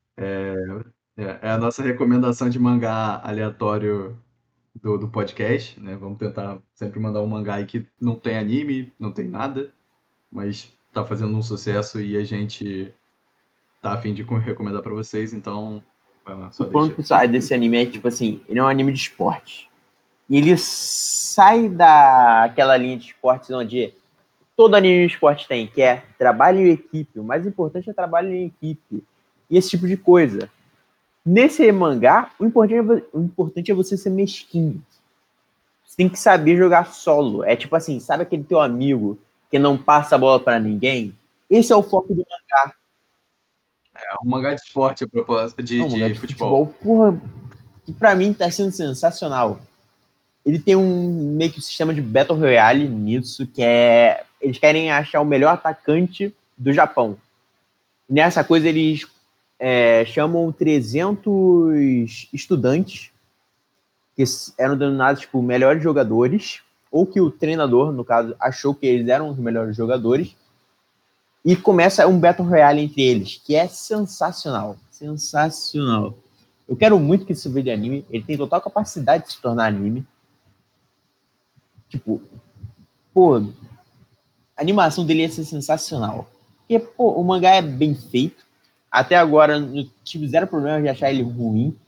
É a nossa recomendação de mangá aleatório do podcast, né? Vamos tentar sempre mandar um mangá aí que não tem anime, não tem nada, mas tá fazendo um sucesso e a gente tá a fim de recomendar pra vocês, então vai lá, O só ponto deixa. principal desse anime é, tipo assim, ele é um anime de esporte. E ele sai daquela linha de esportes onde todo anime de esporte tem, que é trabalho em equipe. O mais importante é trabalho em equipe. E esse tipo de coisa. Nesse mangá, o importante é você ser mesquinho. Você tem que saber jogar solo. É tipo assim, sabe aquele teu amigo que não passa a bola para ninguém? Esse é o foco do mangá. É um mangá de esporte a propósito É um mangá de de futebol. futebol, porra, que pra mim tá sendo sensacional. Ele tem um meio que um sistema de Battle Royale nisso, que é. Eles querem achar o melhor atacante do Japão. Nessa coisa, eles chamam 300 estudantes, que eram denominados tipo, melhores jogadores, ou que o treinador, no caso, achou que eles eram os melhores jogadores, e começa um Battle Royale entre eles, que é sensacional. Sensacional. Eu quero muito que isso vire anime. Ele tem total capacidade de se tornar anime. Tipo, pô, a animação dele ia ser sensacional. Porque, pô, o mangá é bem feito. Até agora, eu tive zero problema de achar ele ruim.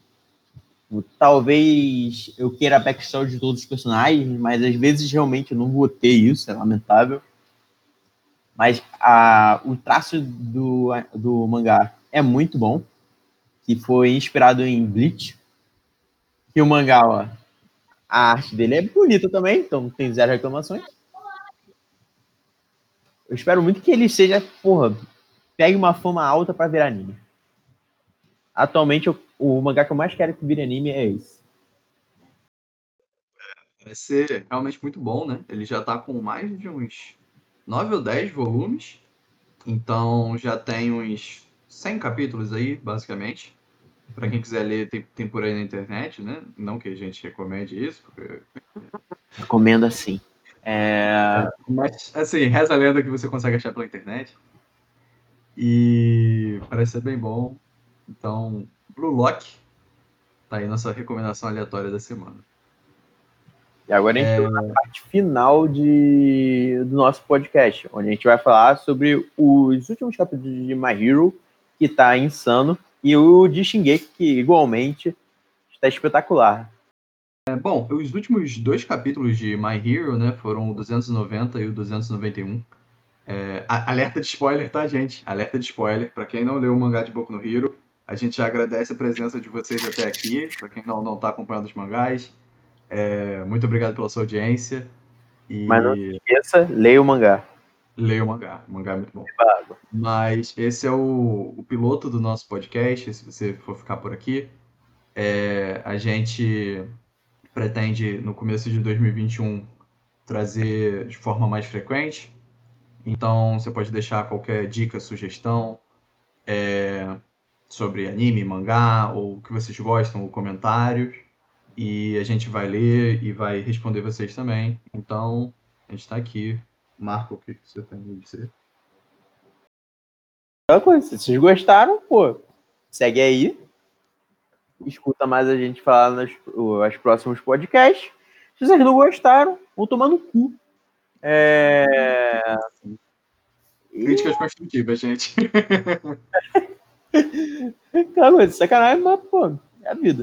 Talvez eu queira a backstory de todos os personagens, mas às vezes realmente eu não vou ter isso, é lamentável. Mas o traço do mangá é muito bom, que foi inspirado em Bleach. Que o mangá, ó, a arte dele é bonita também, então não tem zero reclamações. Eu espero muito que ele seja, porra, pegue uma fama alta para virar anime. Atualmente, o mangá que eu mais quero que vire anime é esse. Vai ser realmente muito bom, né? Ele já tá com mais de uns 9 ou 10 volumes, então já tem uns 100 capítulos aí, basicamente. Para quem quiser ler, tem por aí na internet, né? Não que a gente recomende isso, porque... Recomendo assim. Mas, assim, reza a lenda que você consegue achar pela internet. E parece ser bem bom. Então, Blue Lock tá aí nossa recomendação aleatória da semana. E agora a gente chegou na parte final do nosso podcast, onde a gente vai falar sobre os últimos capítulos de My Hero, que tá insano, e o de Shingeki, que igualmente está espetacular. Bom, os últimos 2 capítulos de My Hero, né, foram o 290 e o 291. Alerta de spoiler, tá, gente? Alerta de spoiler. Pra quem não leu o mangá de Boku no Hero, a gente já agradece a presença de vocês até aqui. Pra quem não tá acompanhando os mangás, muito obrigado pela sua audiência. Mas não se E esqueça, leia o mangá. leia o mangá. O mangá é muito bom. Água. Mas esse é o piloto do nosso podcast, se você for ficar por aqui. A gente pretende, no começo de 2021, trazer de forma mais frequente. Então, você pode deixar qualquer dica, sugestão sobre anime, mangá, ou o que vocês gostam, ou comentários. E a gente vai ler e vai responder vocês também. Então, a gente está aqui. Marco, o que você tem a dizer? Aquela coisa, se vocês gostaram, pô, segue aí. Escuta mais a gente falar nos próximos podcasts. Se vocês não gostaram, vão tomar no cu. Críticas construtivas, gente. Aquela coisa, sacanagem, mas, pô, é a vida.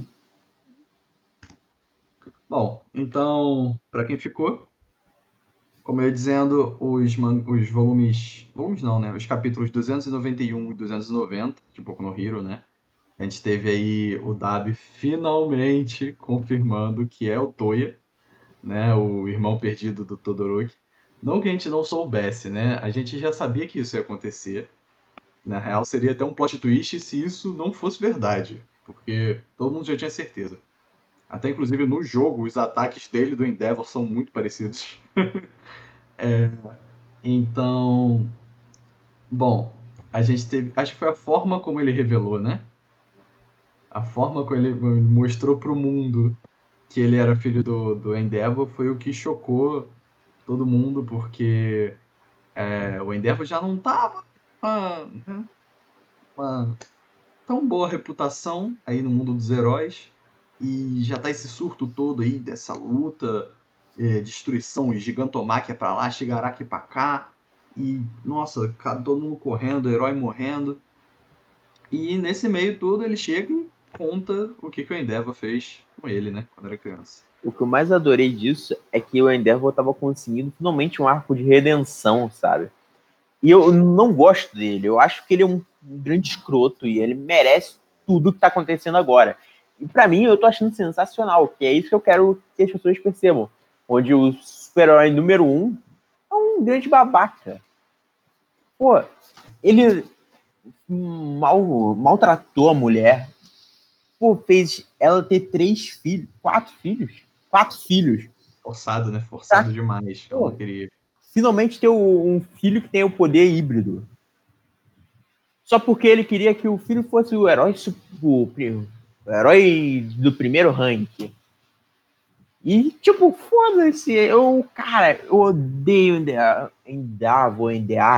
Bom, então, para quem ficou, como eu ia dizendo, os volumes. Volumes não, né? Os capítulos 291 e 290 de Boku no Hero, né? A gente teve aí o Dabi finalmente confirmando que é o Toya, né? O irmão perdido do Todoroki. Não que a gente não soubesse, né? A gente já sabia que isso ia acontecer. Na real, seria até um plot twist se isso não fosse verdade. Porque todo mundo já tinha certeza. Até inclusive no jogo, os ataques dele e do Endeavor são muito parecidos. Então, bom, a gente teve. Acho que foi a forma como ele revelou, né? A forma como ele mostrou pro mundo que ele era filho do Endeavor foi o que chocou todo mundo, porque o Endeavor já não tava uma tão boa reputação aí no mundo dos heróis, e já tá esse surto todo aí dessa luta, destruição, gigantomáquia pra lá, Shigaraki pra cá, e nossa, todo mundo correndo, herói morrendo. E nesse meio todo ele chega e conta o que o Endeavor fez com ele, né, quando era criança. O que eu mais adorei disso é que o Endeavor tava conseguindo finalmente um arco de redenção, sabe? E eu não gosto dele. Eu acho que ele é um grande escroto e ele merece tudo que tá acontecendo agora. E pra mim, eu tô achando sensacional, que é isso que eu quero que as pessoas percebam. Onde o super-herói número 1 é um grande babaca. Pô, ele maltratou a mulher. Pô, fez ela ter 3 filhos, 4 filhos. 4 filhos. Forçado, né? Forçado demais. Pô, Eu não queria. finalmente ter um filho que tem o poder híbrido. Só porque ele queria que o filho fosse o herói do primeiro rank. E, tipo, foda-se. Cara, eu odeio Endeavor.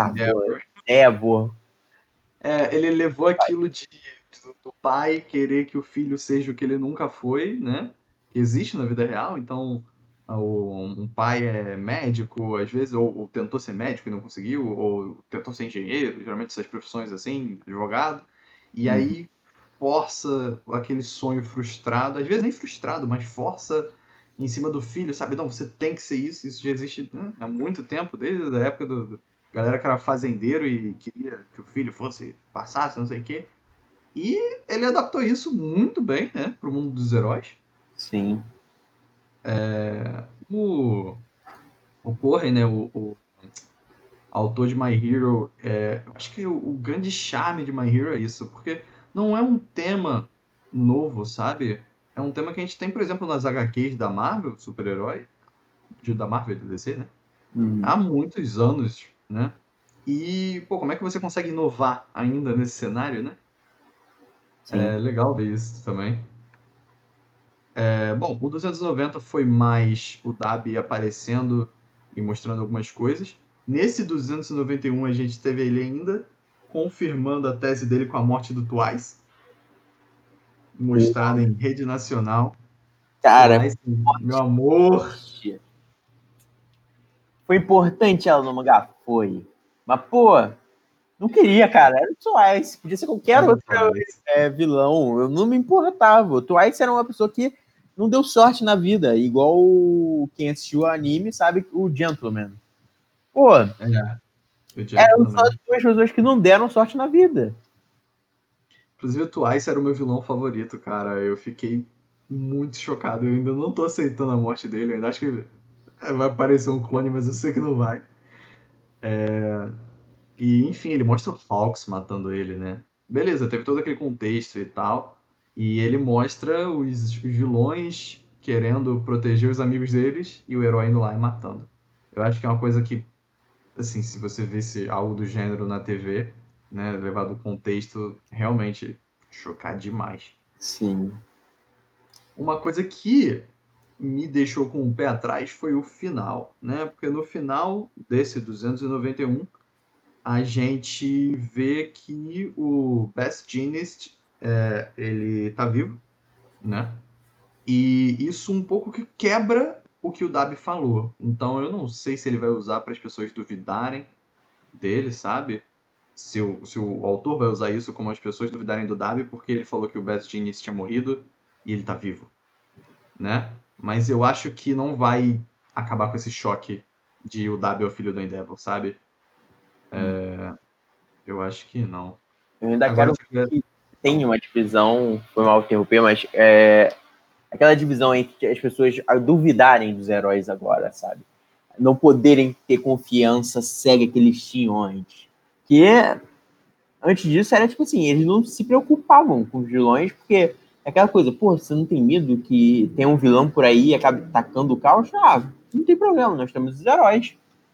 Ele levou aquilo do pai querer que o filho seja o que ele nunca foi, né? Que existe na vida real. Então, um pai é médico, às vezes, ou tentou ser médico e não conseguiu, ou tentou ser engenheiro, geralmente essas profissões assim, advogado. E aí força aquele sonho frustrado, às vezes nem frustrado, mas força em cima do filho, sabe? Não, você tem que ser isso já existe, né, há muito tempo, desde a época do galera que era fazendeiro e queria que o filho passasse, não sei o quê. E ele adaptou isso muito bem, né, pro mundo dos heróis. Sim. O Corey, né, o autor de My Hero, acho que o grande charme de My Hero é isso, porque não é um tema novo, sabe? É um tema que a gente tem, por exemplo, nas HQs da Marvel, super-herói, da Marvel e do DC, né? Há muitos anos, né? E, pô, como é que você consegue inovar ainda nesse cenário, né? Sim. É legal ver isso também. Bom, o 290 foi mais o Dabi aparecendo e mostrando algumas coisas. Nesse 291 a gente teve ele ainda confirmando a tese dele com a morte do Twice, mostrada em rede nacional. Cara, Twice, meu amor. foi importante ela no mangá? Foi. Mas, pô, não queria, cara. Era o Twice. Podia ser qualquer Era outro Twice. vilão. Eu não me importava. O Twice era uma pessoa que não deu sorte na vida. Igual quem assistiu o anime sabe o Gentleman. Pô, O eram só Gentleman. as duas pessoas que não deram sorte na vida. Inclusive, o Twice era o meu vilão favorito, cara. Eu fiquei muito chocado. Eu ainda não tô aceitando a morte dele. Eu ainda acho que vai aparecer um clone, mas eu sei que não vai. E, enfim, ele mostra o Hawks matando ele, né? Beleza, teve todo aquele contexto e tal. E ele mostra os vilões querendo proteger os amigos deles e o herói indo lá e matando. Eu acho que é uma coisa que, assim, se você visse algo do gênero na TV, né, levado o contexto, realmente chocar demais. Sim. Uma coisa que me deixou com o pé atrás foi o final, né? Porque no final desse 291, a gente vê que o Best Jeanist, ele tá vivo, né? E isso um pouco que quebra o que o Dabi falou. Então eu não sei se ele vai usar para as pessoas duvidarem dele, sabe? Se o autor vai usar isso como as pessoas duvidarem do Dabi porque ele falou que o Best Jeanist tinha morrido e ele tá vivo, né? Mas eu acho que não vai acabar com esse choque de o W é o filho do Endeavor, sabe? Eu acho que não. Eu ainda Agora, quero se tiver... que tenha uma divisão, foi mal interromper, mas aquela divisão entre as pessoas duvidarem dos heróis agora, sabe? Não poderem ter confiança cega que eles tinham antes. Que antes disso era tipo assim, eles não se preocupavam com os vilões, porque é aquela coisa, pô, você não tem medo que tem um vilão por aí e acabe tacando o caos? Ah, não tem problema, nós temos os heróis.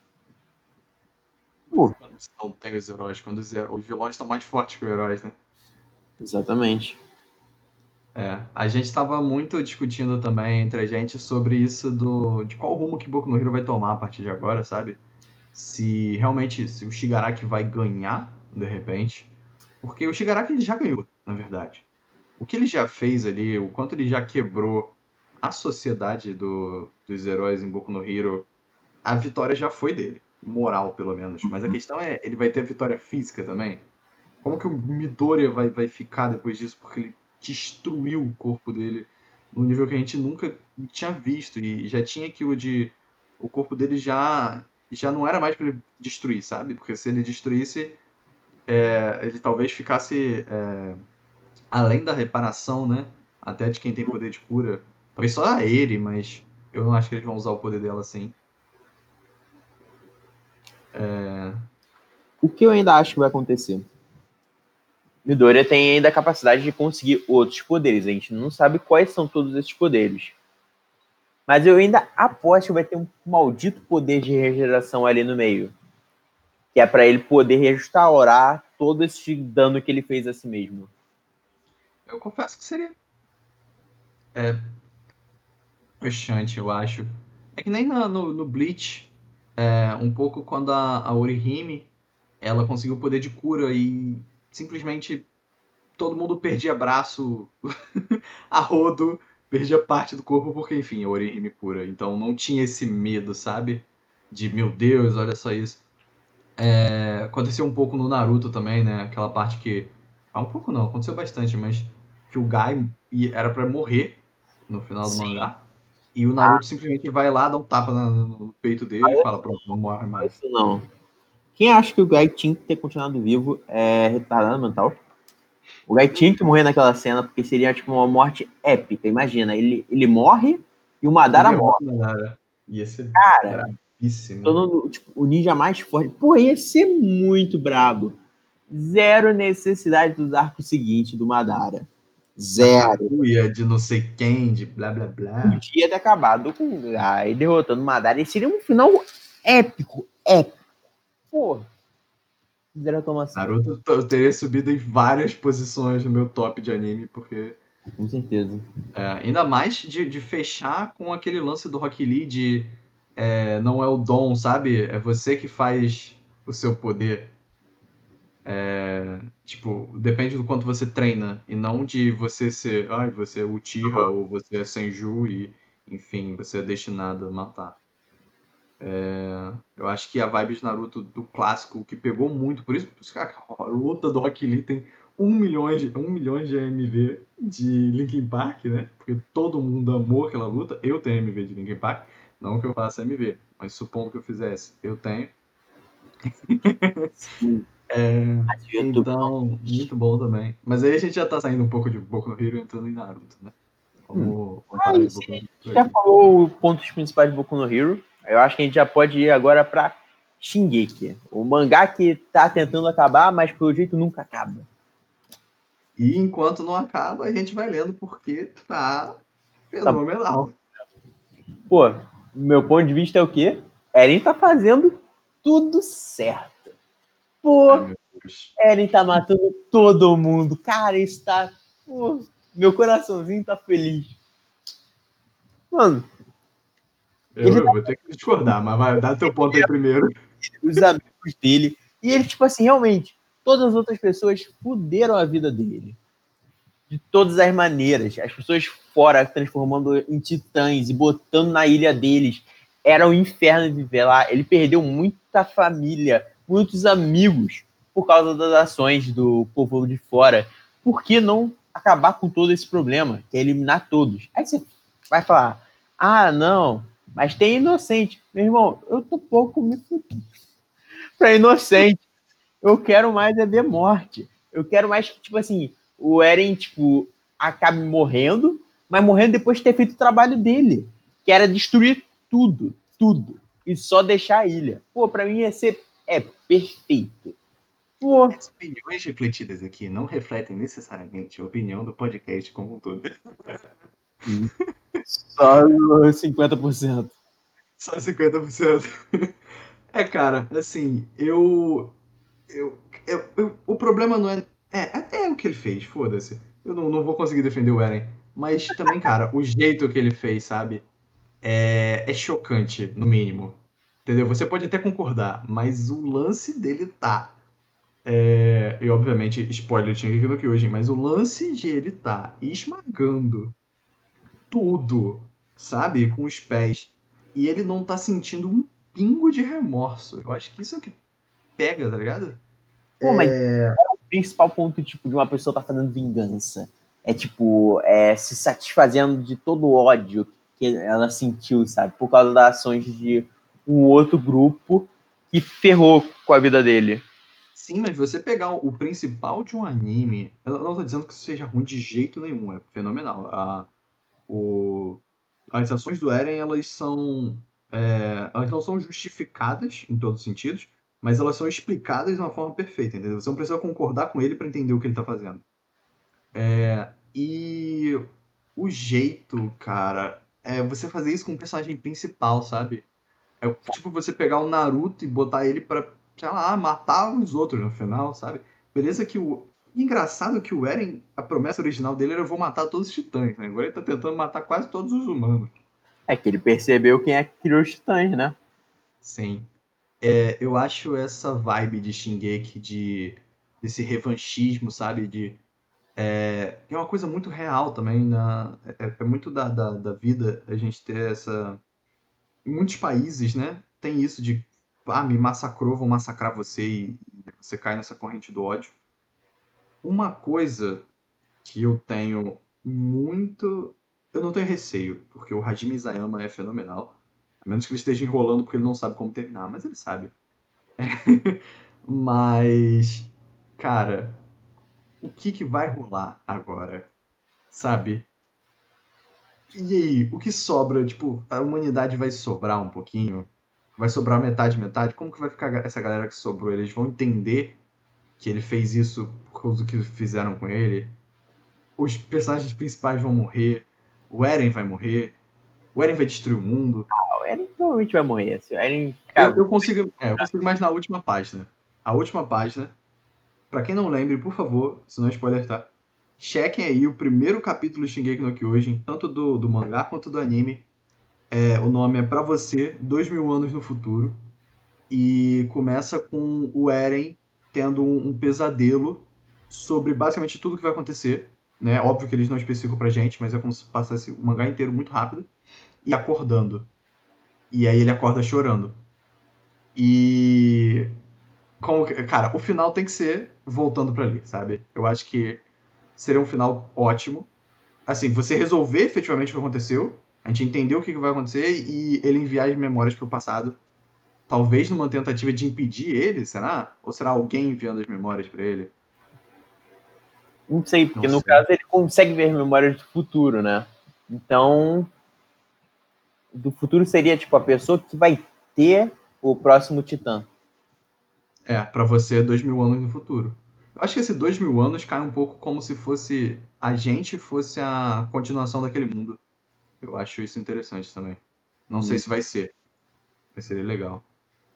Pô, Não tem os heróis, quando os vilões estão mais fortes que os heróis, né? exatamente. A gente estava muito discutindo também entre a gente sobre isso de qual rumo que Boku no Hero vai tomar a partir de agora, sabe? Se realmente se o Shigaraki vai ganhar, de repente. Porque o Shigaraki ele já ganhou, na verdade. O que ele já fez ali, o quanto ele já quebrou a sociedade dos heróis em Boku no Hero, a vitória já foi dele. Moral, pelo menos. Mas a questão é, ele vai ter a vitória física também? Como que o Midoriya vai ficar depois disso? Porque ele destruiu o corpo dele num nível que a gente nunca tinha visto. E já tinha aquilo de... O corpo dele já não era mais para ele destruir, sabe? Porque se ele destruísse, ele talvez ficasse além da reparação, né? Até de quem tem poder de cura. Talvez só ele, mas eu não acho que eles vão usar o poder dela assim. O que eu ainda acho que vai acontecer? Midoriya tem ainda a capacidade de conseguir outros poderes. A gente não sabe quais são todos esses poderes. Mas eu ainda aposto que vai ter um maldito poder de regeneração ali no meio. Que é para ele poder restaurar todo esse dano que ele fez a si mesmo. Eu confesso que seria frustrante, eu acho. É que nem no Bleach, um pouco quando a Orihime, ela conseguiu o poder de cura e simplesmente todo mundo perdia braço a rodo, perdia parte do corpo, porque, enfim, a Orihime cura. Então não tinha esse medo, sabe? De, meu Deus, olha só isso. Aconteceu um pouco no Naruto também, né? Aquela parte que... um pouco não, aconteceu bastante, mas que o Gai era pra morrer no final do mangá. E o Naruto simplesmente vai lá, dá um tapa no peito dele e fala, pronto, não morre mais. Isso não. Quem acha que o Guy tinha que ter continuado vivo é retardado mental. O Guy tinha que morrer naquela cena, porque seria tipo uma morte épica. Imagina, ele morre e o Madara Ele morre. Madara. Ia ser Cara, brabíssimo. todo, tipo, o ninja mais forte. Pô, ia ser muito brabo. Zero necessidade do arco seguinte do Madara. Da Zero. Kaguya, de não sei quem, de blá blá blá. Podia ter acabado com o Guy derrotando o Madara. E seria um final épico. Épico. Pô, zero automação. Naruto eu teria subido em várias posições no meu top de anime, porque Com certeza. ainda mais de fechar com aquele lance do Rock Lee de não é o dom, sabe? É você que faz o seu poder. Tipo, depende do quanto você treina, e não de você ser, você é Uchiha ou você é Senju e, enfim, você é destinado a matar. Eu acho que a vibe de Naruto do clássico, que pegou muito, por isso que a luta do Rock Lee tem 1 milhão de AMV de Linkin Park, né? Porque todo mundo amou aquela luta. Eu tenho AMV de Linkin Park, não que eu faça AMV, mas supondo que eu fizesse, eu tenho. Sim, YouTube. Então, muito bom também. Mas aí a gente já tá saindo um pouco de Boku no Hero e entrando em Naruto, né? Vamos parar de Boku no Hero por Já aqui. falou os pontos principais de Boku no Hero. Eu acho que a gente já pode ir agora pra Shingeki. O mangá que tá tentando acabar, mas pelo jeito nunca acaba. E enquanto não acaba, a gente vai lendo porque tá Tá. fenomenal. Pô, meu ponto de vista é o quê? Eren tá fazendo tudo certo. Ai, Pô, meu Deus. Eren tá matando todo mundo. Cara, isso tá. Pô, meu coraçãozinho tá feliz. Mano, ele Eu vou ter que discordar, mas vai dar teu ponto aí primeiro. os amigos dele. E ele, tipo assim, realmente, todas as outras pessoas fuderam a vida dele. De todas as maneiras. As pessoas fora transformando em titãs e botando na ilha deles. Era um inferno viver lá. Ele perdeu muita família, muitos amigos por causa das ações do povo de fora. Por que não acabar com todo esse problema? Que é eliminar todos. Aí você vai falar, ah, não, mas tem inocente. Meu irmão, eu tô pouco me fudendo pra inocente. Eu quero mais é ver morte. Eu quero mais que, tipo assim, o Eren, tipo, acabe morrendo, mas morrendo depois de ter feito o trabalho dele, que era destruir tudo, tudo, e só deixar a ilha. Pô, pra mim ia ser, perfeito. Pô, As opiniões refletidas aqui não refletem necessariamente a opinião do podcast como um todo. só 50%. Só 50%. Cara, assim, o problema não é. É o que ele fez, foda-se. Eu não vou conseguir defender o Eren. Mas também, cara, o jeito que ele fez, sabe? É chocante, no mínimo. Entendeu? Você pode até concordar, mas o lance dele tá. E obviamente, spoiler tinha aquilo que hoje, mas o lance de ele tá esmagando tudo, sabe? Com os pés. E ele não tá sentindo um pingo de remorso. Eu acho que isso é o que pega, tá ligado? Pô, mas o principal ponto, tipo, de uma pessoa tá fazendo vingança é, tipo, se satisfazendo de todo o ódio que ela sentiu, sabe? Por causa das ações de um outro grupo que ferrou com a vida dele. Sim, mas você pegar o principal de um anime, eu não tô dizendo que isso seja ruim de jeito nenhum, é fenomenal. O, as ações do Eren, elas não são justificadas em todos os sentidos, mas elas são explicadas de uma forma perfeita, entendeu? Você não precisa concordar com ele para entender o que ele tá fazendo. E o jeito, cara, é você fazer isso com o personagem principal, sabe? É tipo você pegar o Naruto e botar ele pra, sei lá, matar os outros no final, sabe? Beleza que o. Engraçado que o Eren, a promessa original dele era eu vou matar todos os titãs, né? Agora ele tá tentando matar quase todos os humanos. É que ele percebeu quem é que criou os titãs, né? Sim. Eu acho essa vibe de Shingeki, desse revanchismo, sabe? É uma coisa muito real também, é muito da vida a gente ter essa. Em muitos países, né? Tem isso de, me massacrou, vou massacrar você e você cai nessa corrente do ódio. Uma coisa que eu tenho muito. Eu não tenho receio, porque o Hajime Isayama é fenomenal. A menos que ele esteja enrolando porque ele não sabe como terminar, mas ele sabe. Mas, cara, o que vai rolar agora? Sabe? E aí, o que sobra? Tipo, a humanidade vai sobrar um pouquinho? Vai sobrar metade, metade? Como que vai ficar essa galera que sobrou? Eles vão entender que ele fez isso por causa do que fizeram com ele? Os personagens principais vão morrer? O Eren vai morrer? O Eren vai destruir o mundo? O Eren provavelmente vai morrer. Assim. O Eren, Eu, cara, eu consigo, eu consigo imaginar a última página. A última página, pra quem não lembre, por favor, se não é spoiler, tá? Chequem aí o primeiro capítulo de Shingeki no Kyojin, tanto do mangá quanto do anime. O nome é Pra Você, 2000 anos no futuro. E começa com o Eren. tendo um pesadelo sobre basicamente tudo que vai acontecer, né? Óbvio que eles não especificam pra gente, mas é como se passasse o mangá inteiro muito rápido, e acordando. E aí ele acorda chorando. E... cara, o final tem que ser voltando pra ali, sabe? Eu acho que seria um final ótimo. Assim, você resolver efetivamente o que aconteceu, a gente entender o que vai acontecer e ele enviar as memórias pro passado. Talvez numa tentativa de impedir ele, será? Ou será alguém enviando as memórias pra ele? Não sei, porque Não no sei. caso ele consegue ver memórias do futuro, né? Então, do futuro seria tipo a pessoa que vai ter o próximo Titã. Pra você é 2000 anos no futuro. Eu acho que esse 2000 anos cai um pouco como se fosse a gente fosse a continuação daquele mundo. Eu acho isso interessante também. Não sei se vai ser. Mas seria legal.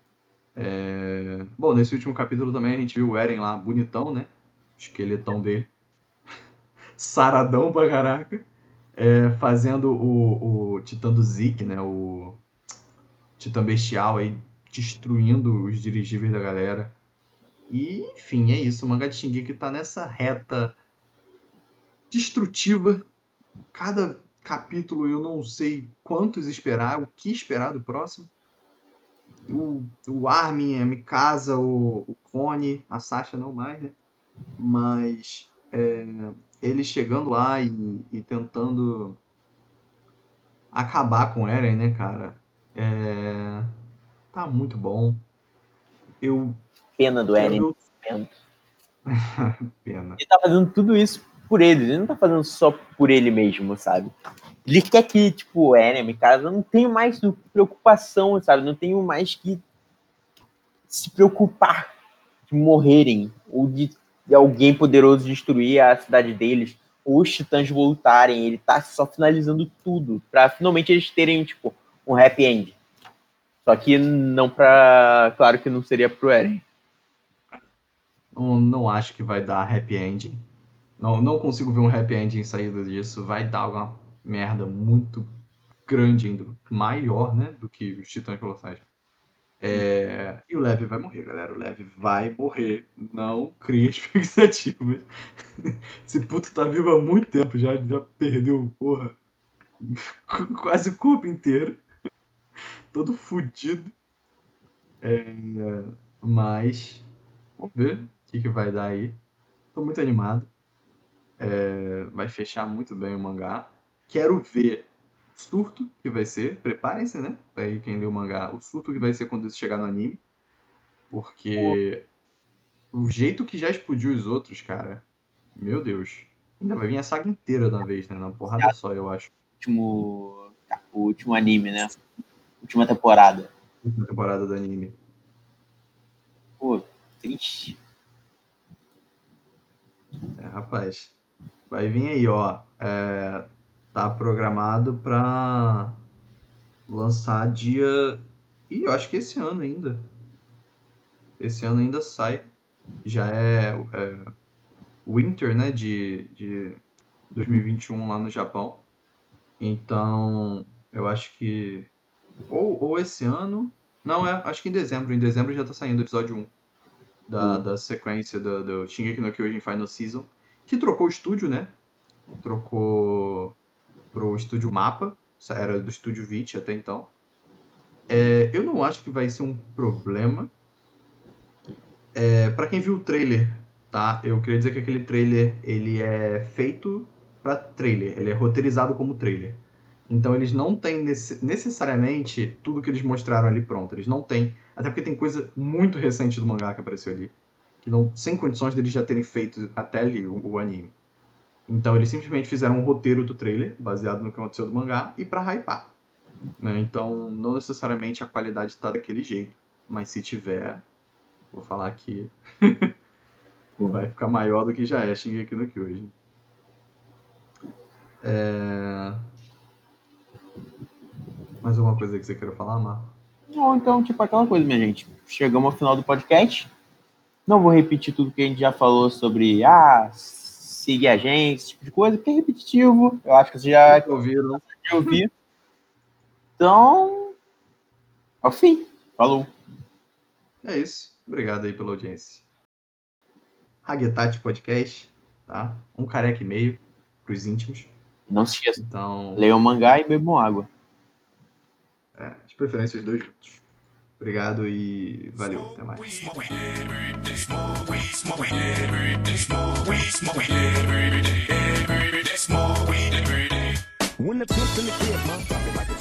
Bom, nesse último capítulo também a gente viu o Eren lá, bonitão, né? O esqueletão dele. Saradão pra caraca. Fazendo o Titã do Zeke, né? O Titã Bestial aí, destruindo os dirigíveis da galera. E, enfim, é isso. O mangá de Shingeki tá nessa reta destrutiva. Cada capítulo eu não sei quantos esperar, o que esperar do próximo. O Armin, a Mikasa, o Cone, a Sasha não mais, né? Mas ele chegando lá e tentando acabar com o Eren, né, cara? Tá muito bom. Eu Pena do quero Eren. ver o... Pena. Pena. Ele tá fazendo tudo isso por ele não tá fazendo só por ele mesmo, sabe? Ele quer que, tipo, Eren, minha casa, eu não tenho mais preocupação, sabe? Não tenho mais que se preocupar de morrerem ou de alguém poderoso destruir a cidade deles, ou os titãs voltarem. Ele tá só finalizando tudo pra finalmente eles terem, tipo, um happy end. Só que não pra... Claro que não seria pro Eren. Não acho que vai dar happy ending. Não consigo ver um happy ending saído disso. Vai dar alguma merda muito grande ainda, maior, né, do que os Titãs Colossais. E o Levi vai morrer, galera. O Levi vai morrer. Não crie expectativas. Esse puto tá vivo há muito tempo já perdeu, porra, quase o corpo inteiro. Todo fudido. Mas, vamos ver o que vai dar aí. Tô muito animado. Vai fechar muito bem o mangá. Quero ver o surto que vai ser. Preparem-se, né? Pra aí quem lê o mangá, o surto que vai ser quando isso chegar no anime. Porque o jeito que já explodiu os outros, cara, meu Deus. Ainda vai vir a saga inteira de uma vez, né? Na porrada só, eu acho. O último anime, né? Última temporada. Na temporada do anime. Pô, triste. Rapaz. Vai vir aí, ó. Tá programado pra lançar dia. Ih, eu acho que esse ano ainda. Esse ano ainda sai. Já é Winter, né? De 2021 lá no Japão. Então, eu acho que. Ou esse ano. Não, acho que em dezembro. Em dezembro já tá saindo o episódio 1 da sequência do Shingeki no Kyojin Final Season. Que trocou o estúdio, né? Trocou pro estúdio Mapa. Era do estúdio Vit até então. Eu não acho que vai ser um problema. Para quem viu o trailer, tá? Eu queria dizer que aquele trailer ele é feito para trailer. Ele é roteirizado como trailer. Então eles não têm necessariamente tudo que eles mostraram ali pronto. Eles não têm. Até porque tem coisa muito recente do mangá que apareceu ali. Que não, sem condições deles já terem feito até ali o anime. Então eles simplesmente fizeram um roteiro do trailer, baseado no que aconteceu do mangá, e para hypar. Né? Então não necessariamente a qualidade está daquele jeito. Mas se tiver, vou falar que vai ficar maior do que já é Shingeki no Kyojin. Mais alguma coisa que você queira falar, Marco? Ou então, tipo, aquela coisa, minha gente. Chegamos ao final do podcast. Não vou repetir tudo que a gente já falou sobre seguir a gente, esse tipo de coisa, porque é repetitivo. Eu acho que você já Ouviram? ouviu. Então, ao fim. Falou. É isso. Obrigado aí pela audiência. Hagetati Podcast, tá? Um careca e meio pros íntimos. Não se esqueça, Então, leiam mangá e bebam água. de preferência os dois juntos. Obrigado e valeu. Até mais. When the pimp in the crib, mom, drop it like a